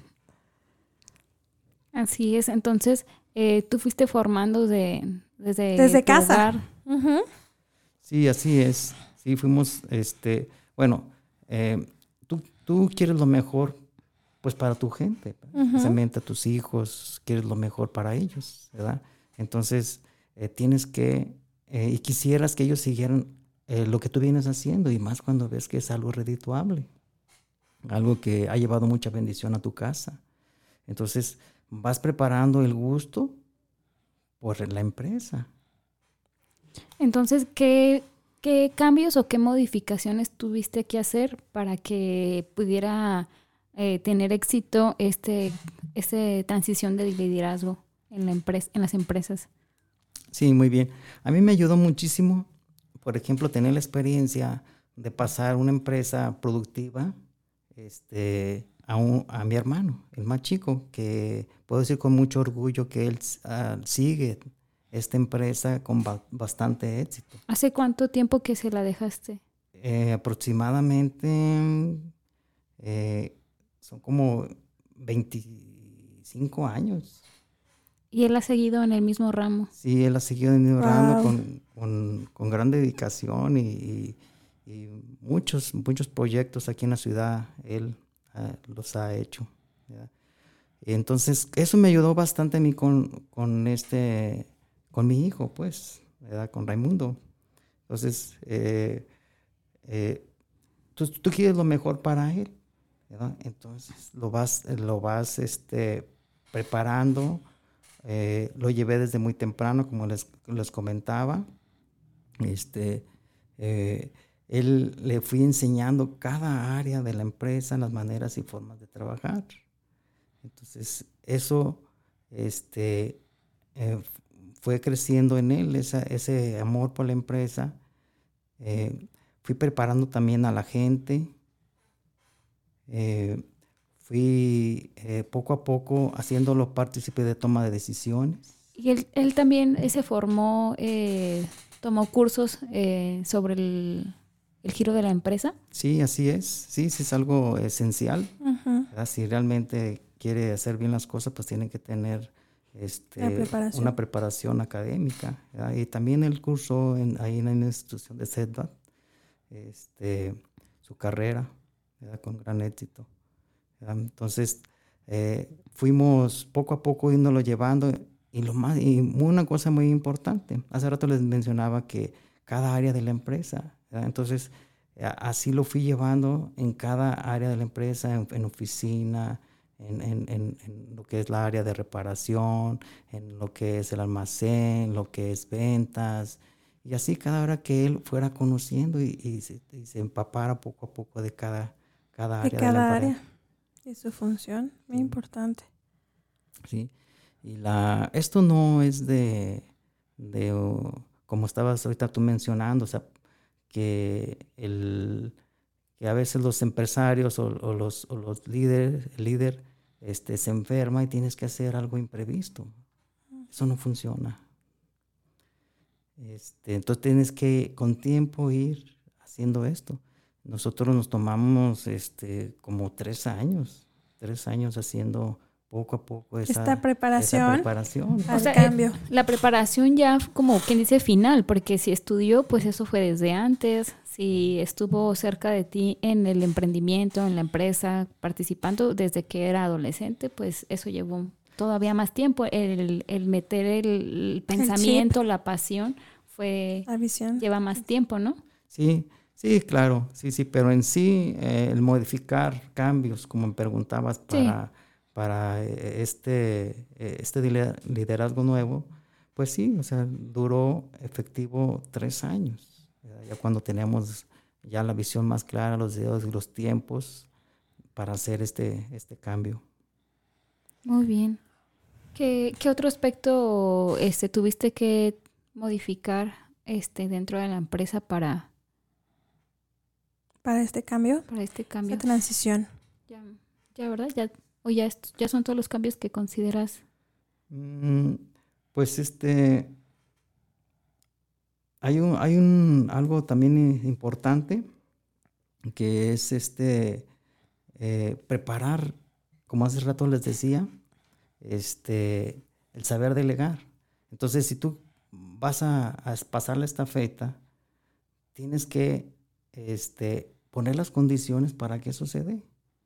S2: Así es, entonces eh, tú fuiste formando de, desde,
S3: desde casa.
S2: Uh-huh.
S4: Sí, así es. Sí, fuimos, este, bueno, eh, tú, tú quieres lo mejor, pues para tu gente, uh-huh. especialmente a tus hijos, quieres lo mejor para ellos, ¿verdad? Entonces eh, tienes que, eh, y quisieras que ellos siguieran eh, lo que tú vienes haciendo, y más cuando ves que es algo redituable, algo que ha llevado mucha bendición a tu casa. Entonces vas preparando el gusto por la empresa.
S2: Entonces, ¿qué, qué cambios o qué modificaciones tuviste que hacer para que pudiera eh, tener éxito este, este transición de liderazgo en, la empresa, en las empresas?
S4: Sí, muy bien. A mí me ayudó muchísimo, por ejemplo, tener la experiencia de pasar una empresa productiva, este... A, un, a mi hermano, el más chico, que puedo decir con mucho orgullo que él uh, sigue esta empresa con ba- bastante éxito.
S2: ¿Hace cuánto tiempo que se la dejaste?
S4: Eh, aproximadamente eh, son como veinticinco años.
S2: ¿Y él ha seguido en el mismo ramo?
S4: Sí, él ha seguido en el mismo
S3: wow.
S4: ramo con, con, con gran dedicación y, y, y muchos, muchos proyectos aquí en la ciudad. Él los ha hecho, ¿verdad? Entonces eso me ayudó bastante a mí con, con este con mi hijo, pues, ¿verdad? Con Raimundo. Entonces eh, eh, tú, tú quieres lo mejor para él, ¿verdad? Entonces lo vas lo vas este preparando. Eh, lo llevé desde muy temprano, como les, les comentaba. este eh, Él le fui enseñando cada área de la empresa, las maneras y formas de trabajar. Entonces, eso este, eh, fue creciendo en él, esa, ese amor por la empresa. Eh, fui preparando también a la gente. Eh, fui eh, poco a poco haciéndolo partícipe de toma de decisiones.
S2: Y él, él también se formó, eh, tomó cursos eh, sobre el... ¿El giro de la empresa?
S4: Sí, así es. Sí, sí es algo esencial.
S3: Uh-huh.
S4: Si realmente quiere hacer bien las cosas, pues tiene que tener este,
S3: preparación.
S4: una preparación académica, ¿verdad? Y también él cursó en, ahí en la institución de C E D V A T este, su carrera, ¿verdad? Con gran éxito, ¿verdad? Entonces, eh, fuimos poco a poco índolo llevando. Y, lo más, y una cosa muy importante, hace rato les mencionaba que cada área de la empresa, ¿verdad? Entonces, así lo fui llevando en cada área de la empresa, en, en oficina, en, en, en, en lo que es la área de reparación, en lo que es el almacén, lo que es ventas, y así cada hora que él fuera conociendo y, y, se, y se empapara poco a poco de cada, cada área
S3: de cada
S4: de la
S3: área
S4: empresa.
S3: Y su función, muy sí. importante.
S4: Sí, y la, esto no es de, de uh, como estabas ahorita tú mencionando, o sea, que el que a veces los empresarios o, o los, o los líderes, el líder este, se enferma y tienes que hacer algo imprevisto. Eso no funciona. Este, entonces tienes que con tiempo ir haciendo esto. Nosotros nos tomamos este, como tres años, tres años haciendo poco a poco esa,
S3: esta preparación,
S4: esa preparación.
S3: al
S2: O sea,
S3: cambio.
S2: eh, la preparación ya como quien dice final, porque si estudió, pues eso fue desde antes. Si estuvo cerca de ti en el emprendimiento, en la empresa, participando desde que era adolescente, pues eso llevó todavía más tiempo. El, el meter el, el pensamiento, la pasión, fue
S3: La visión.
S2: lleva más tiempo, ¿no?
S4: Sí, sí, claro, sí, sí, pero en sí eh, el modificar cambios, como me preguntabas, para,
S2: Sí.
S4: para eh, este, eh, este dile- liderazgo nuevo, pues sí, o sea, duró efectivo tres años. ¿Verdad? Ya cuando teníamos ya la visión más clara, los dedos y los tiempos para hacer este, este cambio.
S2: Muy bien. ¿Qué, qué otro aspecto este, tuviste que modificar este, dentro de la empresa para,
S3: Para este cambio,
S2: para este cambio?
S3: esta transición.
S2: Ya, ya, ¿verdad? Ya, o ya, est- ya son todos los cambios que consideras.
S4: Mm, Pues este, hay un, hay un algo también i- importante que es este eh, preparar, como hace rato les decía, este, el saber delegar. Entonces, si tú vas a, a pasar la estafeta, tienes que este, poner las condiciones para que eso se dé.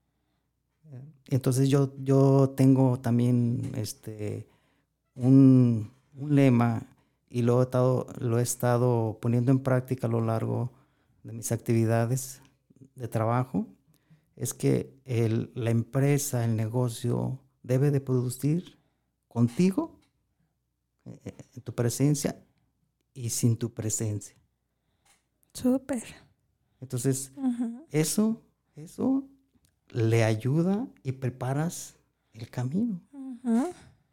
S4: Entonces yo, yo tengo también este, un, un lema y lo he, estado, lo he estado poniendo en práctica a lo largo de mis actividades de trabajo, es que el, la empresa, el negocio debe de producir contigo, eh, en tu presencia y sin tu presencia.
S3: Súper.
S4: Entonces,
S3: Ujú.
S4: eso, eso le ayuda y preparas el camino.
S3: Ujú.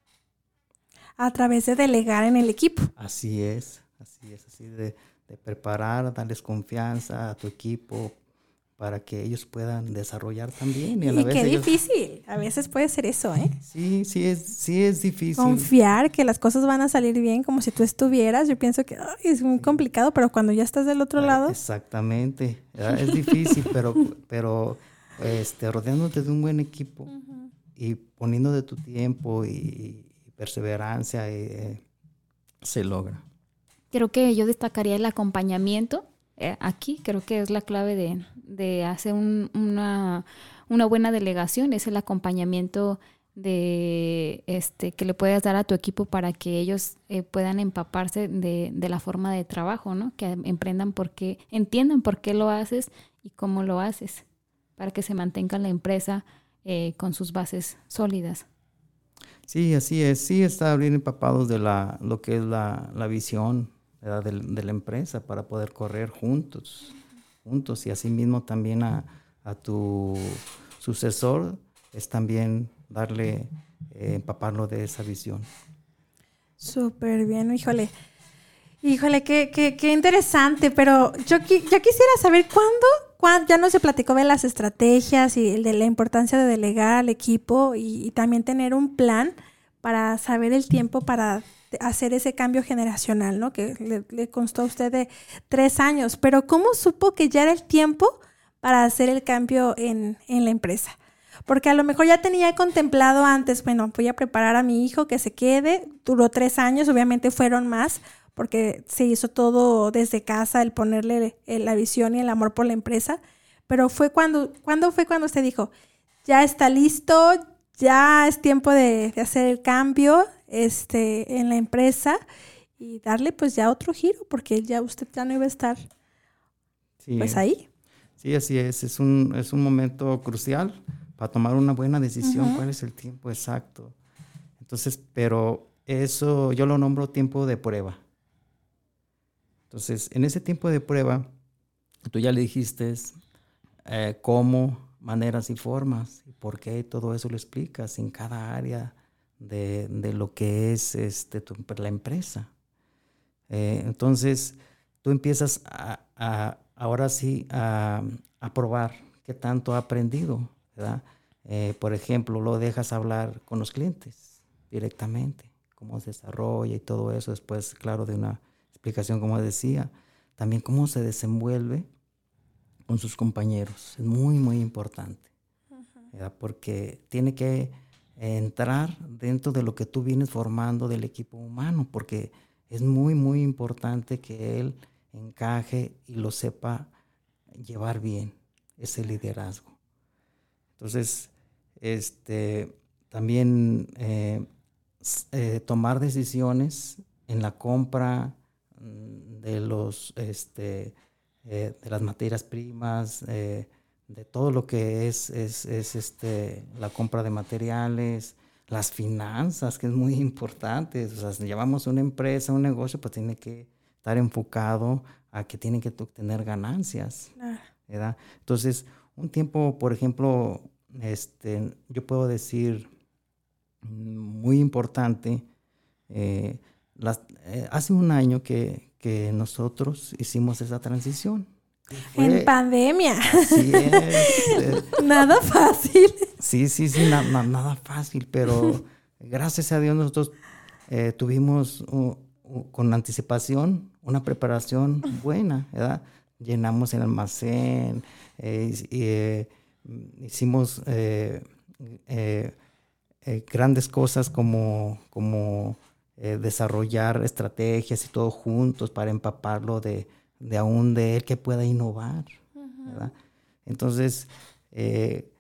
S3: A través de delegar en el equipo.
S4: Así es, así es, así de, de preparar, darles confianza a tu equipo para que ellos puedan desarrollar también. Y, a la
S3: Y
S4: vez
S3: qué
S4: ellos-
S3: difícil. A veces puede ser eso, ¿eh?
S4: Sí, sí es, sí es difícil.
S3: Confiar que las cosas van a salir bien como si tú estuvieras. Yo pienso que ay, es muy complicado, pero cuando ya estás del otro
S4: Ah,
S3: lado,
S4: Exactamente, ¿verdad? Es difícil, pero, pero este, rodeándote de un buen equipo y poniendo de tu tiempo y, y perseverancia, eh, se logra.
S2: Creo que yo destacaría el acompañamiento eh, aquí. Creo que es la clave de, de hacer un- una, una buena delegación, es el acompañamiento de este que le puedas dar a tu equipo para que ellos eh, puedan empaparse de, de la forma de trabajo, ¿no? Que emprendan por qué, entiendan por qué lo haces y cómo lo haces, para que se mantenga la empresa eh, con sus bases sólidas.
S4: Sí, así es. Sí, está bien empapados de la, lo que es la, la visión, ¿verdad? de, de la empresa para poder correr juntos, juntos y asimismo también a, a tu sucesor es también darle, eh, empaparlo de esa visión.
S3: súper bien, híjole. Híjole, qué, qué, qué interesante, pero yo, qui- yo quisiera saber cuándo, cuán- ya no se platicó de las estrategias y el de la importancia de delegar al equipo y, y también tener un plan para saber el tiempo para hacer ese cambio generacional, ¿no? Que le, le constó a usted de tres años, pero ¿cómo supo que ya era el tiempo para hacer el cambio en, en la empresa? Porque a lo mejor ya tenía contemplado antes, bueno, voy a preparar a mi hijo que se quede, duró tres años, obviamente fueron más, porque se hizo todo desde casa, el ponerle la visión y el amor por la empresa, pero fue cuando, ¿cuándo fue cuando usted dijo, ya está listo, ya es tiempo de, de hacer el cambio este, en la empresa y darle pues ya otro giro, porque ya usted ya no iba a estar
S4: Sí,
S3: pues ahí?
S4: sí, así es. Es un, es un momento crucial para tomar una buena decisión.
S3: Ujú.
S4: ¿Cuál es el tiempo exacto? Entonces, pero eso yo lo nombro tiempo de prueba. Entonces, en ese tiempo de prueba, tú ya le dijiste eh, cómo, maneras y formas, y por qué, todo eso lo explicas en cada área de, de lo que es este, tu, la empresa. Eh, entonces, tú empiezas a, a, ahora sí a, a probar qué tanto ha aprendido, ¿verdad? Eh, por ejemplo, lo dejas hablar con los clientes directamente, cómo se desarrolla y todo eso, después, claro, de una explicación, como decía, también cómo se desenvuelve con sus compañeros. Es muy, muy importante, ¿verdad? Porque tiene que entrar dentro de lo que tú vienes formando del equipo humano, porque es muy, muy importante que él encaje y lo sepa llevar bien, ese liderazgo. Entonces, este, también eh, eh, tomar decisiones en la compra de los, este, eh, de las materias primas, eh, de todo lo que es, es, es este, la compra de materiales, las finanzas, que es muy importante. O sea, si llevamos una empresa, un negocio, pues tiene que estar enfocado a que tiene que tener ganancias, ¿verdad? Entonces, un tiempo, por ejemplo, este, yo puedo decir muy importante, eh, las, eh, hace un año que, que nosotros hicimos esa transición.
S3: Fue, en pandemia.
S4: Así es. Eh,
S3: nada fácil.
S4: Sí, sí, sí, na, na, nada fácil, pero gracias a Dios nosotros eh, tuvimos uh, uh, con anticipación una preparación buena, ¿verdad? Llenamos el almacén, eh, y, eh, hicimos eh, eh, eh, grandes cosas como, como eh, desarrollar estrategias y todo juntos para empaparlo de, de aún de él que pueda innovar, ¿verdad? Entonces, eh,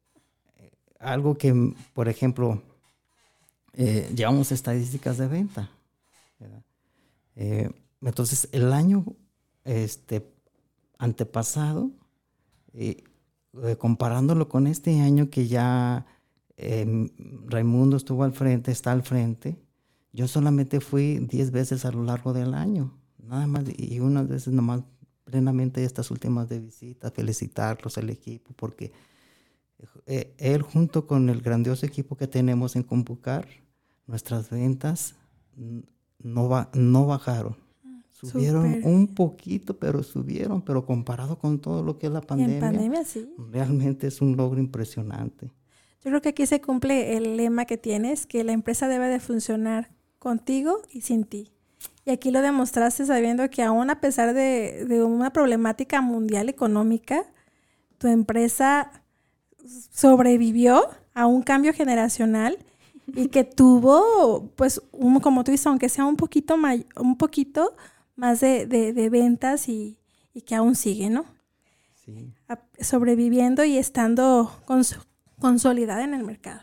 S4: algo que, por ejemplo, eh, llevamos estadísticas de venta, ¿verdad? Eh, entonces, el año este, antepasado, eh, eh, comparándolo con este año que ya eh, Raimundo estuvo al frente, está al frente, yo solamente fui diez veces a lo largo del año, nada más, y unas veces nomás plenamente estas últimas de visita, felicitarlos al equipo, porque eh, él junto con el grandioso equipo que tenemos en Compucar, nuestras ventas no, ba- no bajaron. Subieron Super. un poquito, pero subieron, pero comparado con todo lo que es la pandemia,
S3: en pandemia, sí.
S4: Realmente es un logro impresionante.
S3: Yo creo que aquí se cumple el lema que tienes, que la empresa debe de funcionar contigo y sin ti. Y aquí lo demostraste sabiendo que aún a pesar de, de una problemática mundial económica, tu empresa sobrevivió a un cambio generacional y que tuvo, pues, un, como tú dices, aunque sea un poquito, may, un poquito más de, de, de ventas y, y que aún sigue, ¿no?
S4: Sí.
S3: A, sobreviviendo y estando cons, consolidada en el mercado.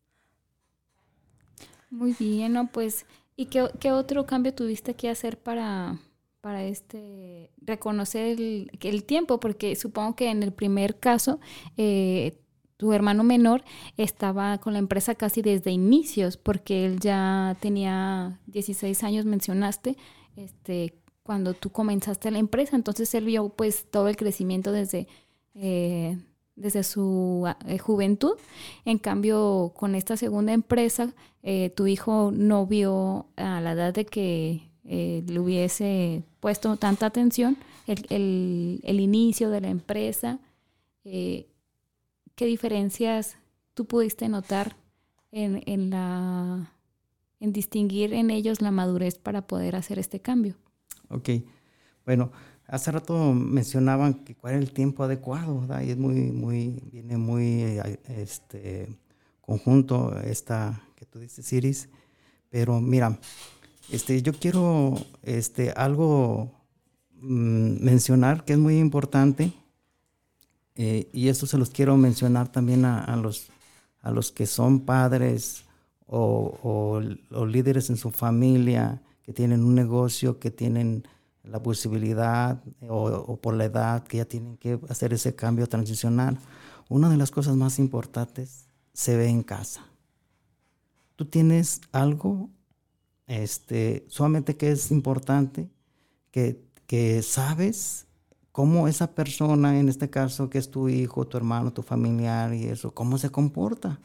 S2: Muy bien, ¿no? Pues, ¿y qué, qué otro cambio tuviste que hacer para, para este reconocer el, el tiempo? Porque supongo que en el primer caso, eh, tu hermano menor estaba con la empresa casi desde inicios, porque él ya tenía dieciséis años, mencionaste, este, cuando tú comenzaste la empresa. Entonces él vio pues todo el crecimiento desde, eh, desde su eh, juventud. En cambio, con esta segunda empresa, eh, tu hijo no vio a la edad de que eh, le hubiese puesto tanta atención el, el, el inicio de la empresa. Eh, ¿Qué diferencias tú pudiste notar en, en, la, en distinguir en ellos la madurez para poder hacer este cambio?
S4: Ok, bueno, hace rato mencionaban que cuál era el tiempo adecuado, ¿verdad? Y es muy, muy, viene muy este, conjunto esta que tú dices, Iris. Pero mira, este, yo quiero este, algo mmm, mencionar que es muy importante. Eh, y eso se los quiero mencionar también a, a, los, a los que son padres o, o, o líderes en su familia, que tienen un negocio, que tienen la posibilidad o, o por la edad que ya tienen que hacer ese cambio transicional. Una de las cosas más importantes se ve en casa. Tú tienes algo este, solamente que es importante, que, que sabes cómo esa persona, en este caso que es tu hijo, tu hermano, tu familiar y eso, cómo se comporta.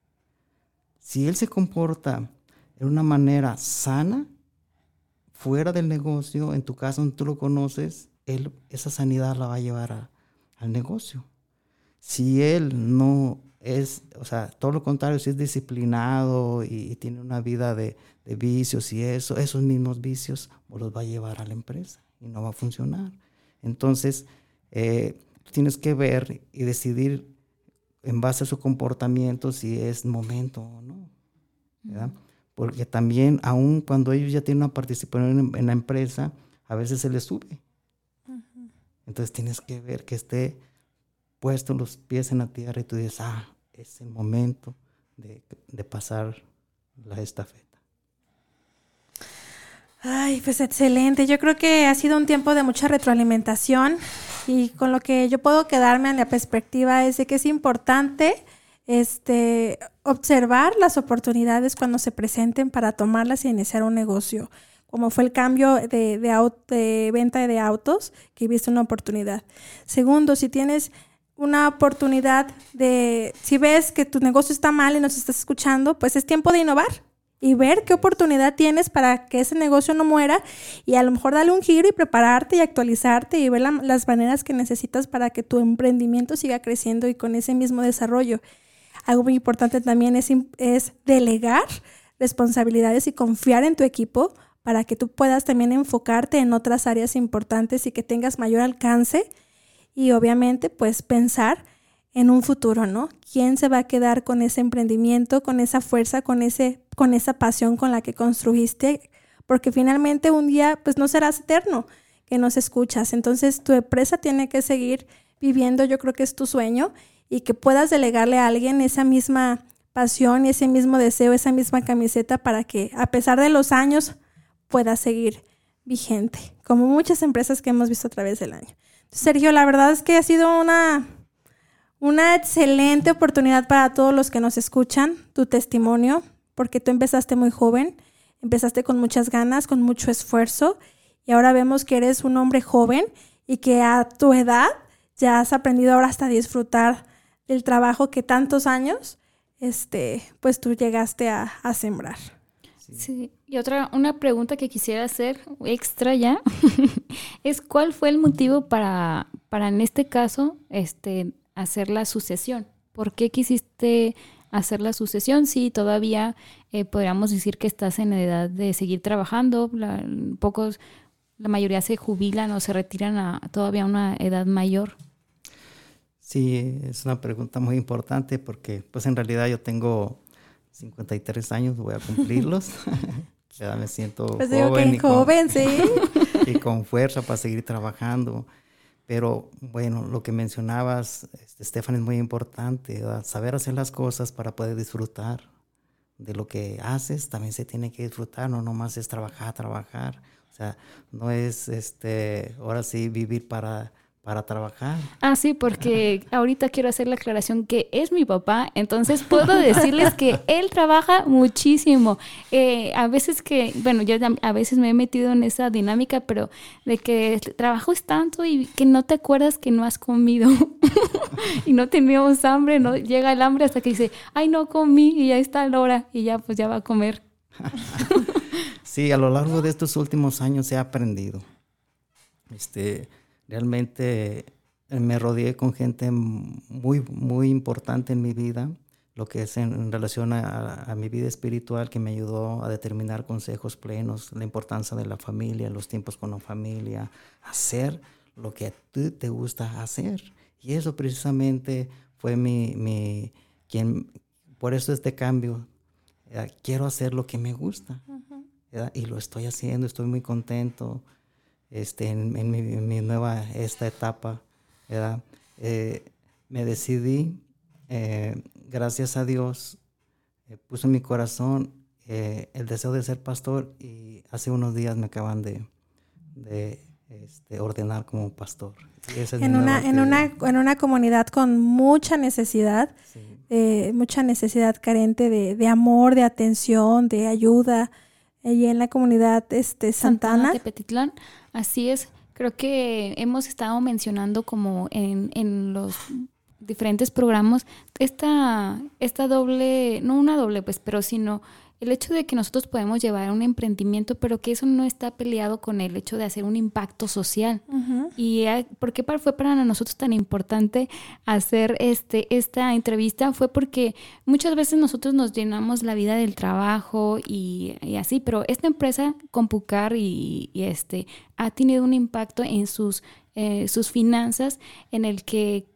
S4: Si él se comporta de una manera sana, fuera del negocio, en tu casa donde tú lo conoces, él, esa sanidad la va a llevar a, al negocio. Si él no es, o sea, todo lo contrario, si es disciplinado y, y tiene una vida de, de vicios y eso, esos mismos vicios los va a llevar a la empresa y no va a funcionar. Entonces, eh, tienes que ver y decidir en base a su comportamiento si es momento o no, ¿verdad? Porque también, aun cuando ellos ya tienen una participación en, en la empresa, a veces se les sube. Uh-huh. Entonces tienes que ver que esté puesto los pies en la tierra y tú dices, ah, es el momento de, de pasar la estafeta.
S3: Ay, pues excelente. Yo creo que ha sido un tiempo de mucha retroalimentación y con lo que yo puedo quedarme en la perspectiva es de que es importante este, observar las oportunidades cuando se presenten para tomarlas y iniciar un negocio, como fue el cambio de, de, auto, de venta de autos, que viste una oportunidad. Segundo, si tienes una oportunidad de, si ves que tu negocio está mal y nos estás escuchando, pues es tiempo de innovar y ver qué oportunidad tienes para que ese negocio no muera y a lo mejor darle un giro y prepararte y actualizarte y ver la, las maneras que necesitas para que tu emprendimiento siga creciendo y con ese mismo desarrollo. Algo muy importante también es, es delegar responsabilidades y confiar en tu equipo para que tú puedas también enfocarte en otras áreas importantes y que tengas mayor alcance y obviamente pues pensar en un futuro, ¿no? ¿Quién se va a quedar con ese emprendimiento, con esa fuerza, con ese, con esa pasión con la que construiste? Porque finalmente un día pues no serás eterno que nos escuchas. Entonces tu empresa tiene que seguir viviendo, yo creo que es tu sueño, y que puedas delegarle a alguien esa misma pasión y ese mismo deseo, esa misma camiseta para que a pesar de los años pueda seguir vigente, como muchas empresas que hemos visto a través del año. Entonces, Sergio, la verdad es que ha sido una... Una excelente oportunidad para todos los que nos escuchan, tu testimonio, porque tú empezaste muy joven, empezaste con muchas ganas, con mucho esfuerzo, y ahora vemos que eres un hombre joven y que a tu edad ya has aprendido ahora hasta a disfrutar del trabajo que tantos años, este, pues tú llegaste a, a sembrar.
S2: Sí. sí, y otra, una pregunta que quisiera hacer extra ya, es ¿cuál fue el motivo para, para en este caso, este, hacer la sucesión? ¿Por qué quisiste hacer la sucesión? Si todavía eh, podríamos decir que estás en edad de seguir trabajando, la, pocos, la mayoría se jubilan o se retiran a, a todavía una edad mayor.
S4: Sí, es una pregunta muy importante porque pues en realidad yo tengo cincuenta y tres años, voy a cumplirlos. Ya me siento
S3: pues
S4: joven,
S3: digo que joven,
S4: con,
S3: sí.
S4: y con fuerza para seguir trabajando. Pero bueno, lo que mencionabas, este, Estefan, es muy importante, ¿verdad? Saber hacer las cosas para poder disfrutar de lo que haces. También se tiene que disfrutar, no nomás es trabajar, trabajar. O sea, no es, este, ahora sí, vivir para, para trabajar.
S2: Ah, sí, porque ahorita quiero hacer la aclaración que es mi papá, entonces puedo decirles que él trabaja muchísimo. Eh, a veces que, bueno, yo a veces me he metido en esa dinámica, pero de que el trabajo es tanto y que no te acuerdas que no has comido y no teníamos hambre, no llega el hambre hasta que dice, ay, no comí y ya está la hora y ya pues ya va a comer.
S4: Sí, a lo largo de estos últimos años he aprendido. Este... Realmente me rodeé con gente muy, muy importante en mi vida, lo que es en, en relación a, a mi vida espiritual, que me ayudó a determinar consejos plenos, la importancia de la familia, los tiempos con la familia, hacer lo que a ti te gusta hacer. Y eso precisamente fue mi, mi quien, por eso este cambio, eh, quiero hacer lo que me gusta, uh-huh. Y lo estoy haciendo, estoy muy contento. Este, en, en, mi, en mi nueva esta etapa, ¿verdad? Eh, me decidí, eh, gracias a Dios, eh, puso en mi corazón eh, el deseo de ser pastor y hace unos días me acaban de, de este, ordenar como pastor. Y esa es
S3: en, una, en, una, en una comunidad con mucha necesidad, sí. eh, mucha necesidad carente de, de amor, de atención, de ayuda. Y en la comunidad este, Santana.
S2: Santana Tepetitlán, así es. Creo que hemos estado mencionando como en, en los diferentes programas esta, esta doble, no una doble pues, pero sino el hecho de que nosotros podemos llevar un emprendimiento, pero que eso no está peleado con el hecho de hacer un impacto social. Uh-huh. Y ¿por qué fue para nosotros tan importante hacer este esta entrevista? Fue porque muchas veces nosotros nos llenamos la vida del trabajo y, y así, pero esta empresa Compucar y, y este ha tenido un impacto en sus, eh, sus finanzas, en el que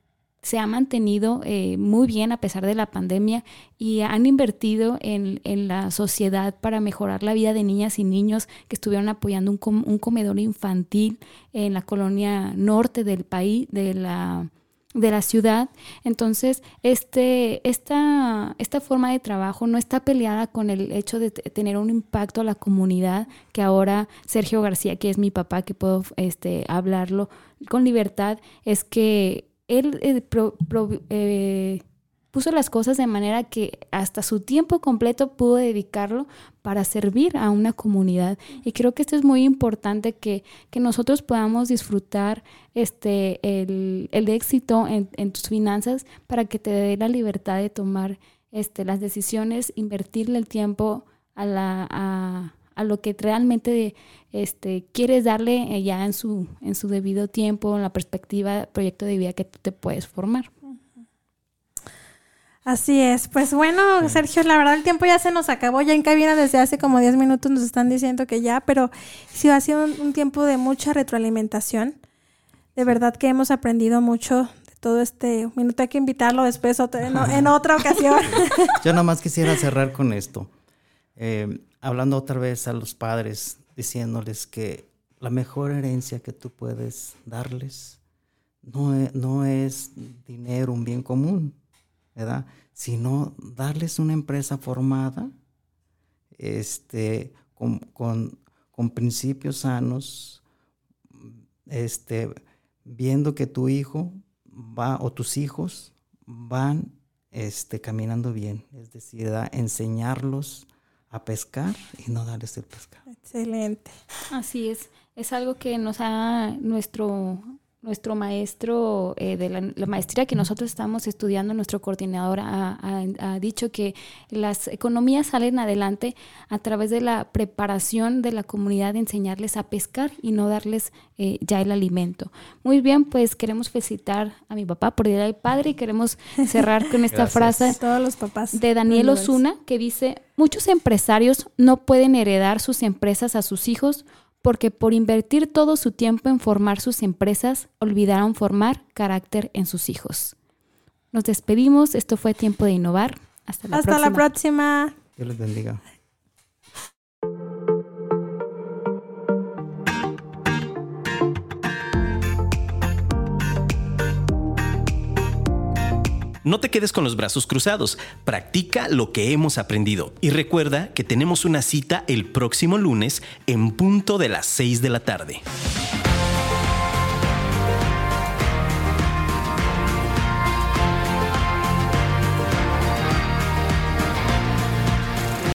S2: se ha mantenido eh, muy bien a pesar de la pandemia y han invertido en, en la sociedad para mejorar la vida de niñas y niños que estuvieron apoyando un, com- un comedor infantil en la colonia norte del país, de la... de la ciudad. Entonces, este, esta, esta forma de trabajo no está peleada con el hecho de t- tener un impacto a la comunidad, que ahora Sergio García, que es mi papá, que puedo este, hablarlo con libertad, es que él eh, pro, pro, eh, puso las cosas de manera que hasta su tiempo completo pudo dedicarlo para servir a una comunidad. Y creo que esto es muy importante, que, que nosotros podamos disfrutar este, el, el éxito en, en tus finanzas para que te dé la libertad de tomar este, las decisiones, invertirle el tiempo a, la, a, a lo que realmente este, quieres darle ya en su, en su debido tiempo, en la perspectiva, proyecto de vida que tú te puedes formar.
S3: Así es. Pues bueno, Sergio, la verdad el tiempo ya se nos acabó. Ya en cabina desde hace como diez minutos nos están diciendo que ya, pero sí ha sido un, un tiempo de mucha retroalimentación. De verdad que hemos aprendido mucho de todo este minuto. Hay que invitarlo después otro, en, en otra ocasión.
S4: Yo nada más quisiera cerrar con esto. Eh, hablando otra vez a los padres, diciéndoles que la mejor herencia que tú puedes darles no es, no es dinero, un bien común, ¿verdad? Sino darles una empresa formada, este, con, con, con principios sanos, este, viendo que tu hijo va o tus hijos van este, caminando bien, es decir, ¿verdad? Enseñarlos a pescar y no darles el pescado.
S3: Excelente.
S2: Así es, es algo que nos ha nuestro nuestro maestro eh, de la, la maestría que nosotros estamos estudiando, nuestro coordinador ha, ha, ha dicho que las economías salen adelante a través de la preparación de la comunidad, de enseñarles a pescar y no darles eh, ya el alimento. Muy bien, pues queremos felicitar a mi papá por Día del Padre y queremos cerrar con esta frase
S3: a todos los papás
S2: de Daniel Osuna, que dice: muchos empresarios no pueden heredar sus empresas a sus hijos porque por invertir todo su tiempo en formar sus empresas, olvidaron formar carácter en sus hijos. Nos despedimos. Esto fue Tiempo de Innovar. Hasta la
S3: Hasta
S2: próxima.
S3: la próxima.
S4: Dios les bendiga.
S1: No te quedes con los brazos cruzados, practica lo que hemos aprendido y recuerda que tenemos una cita el próximo lunes en punto de las seis de la tarde.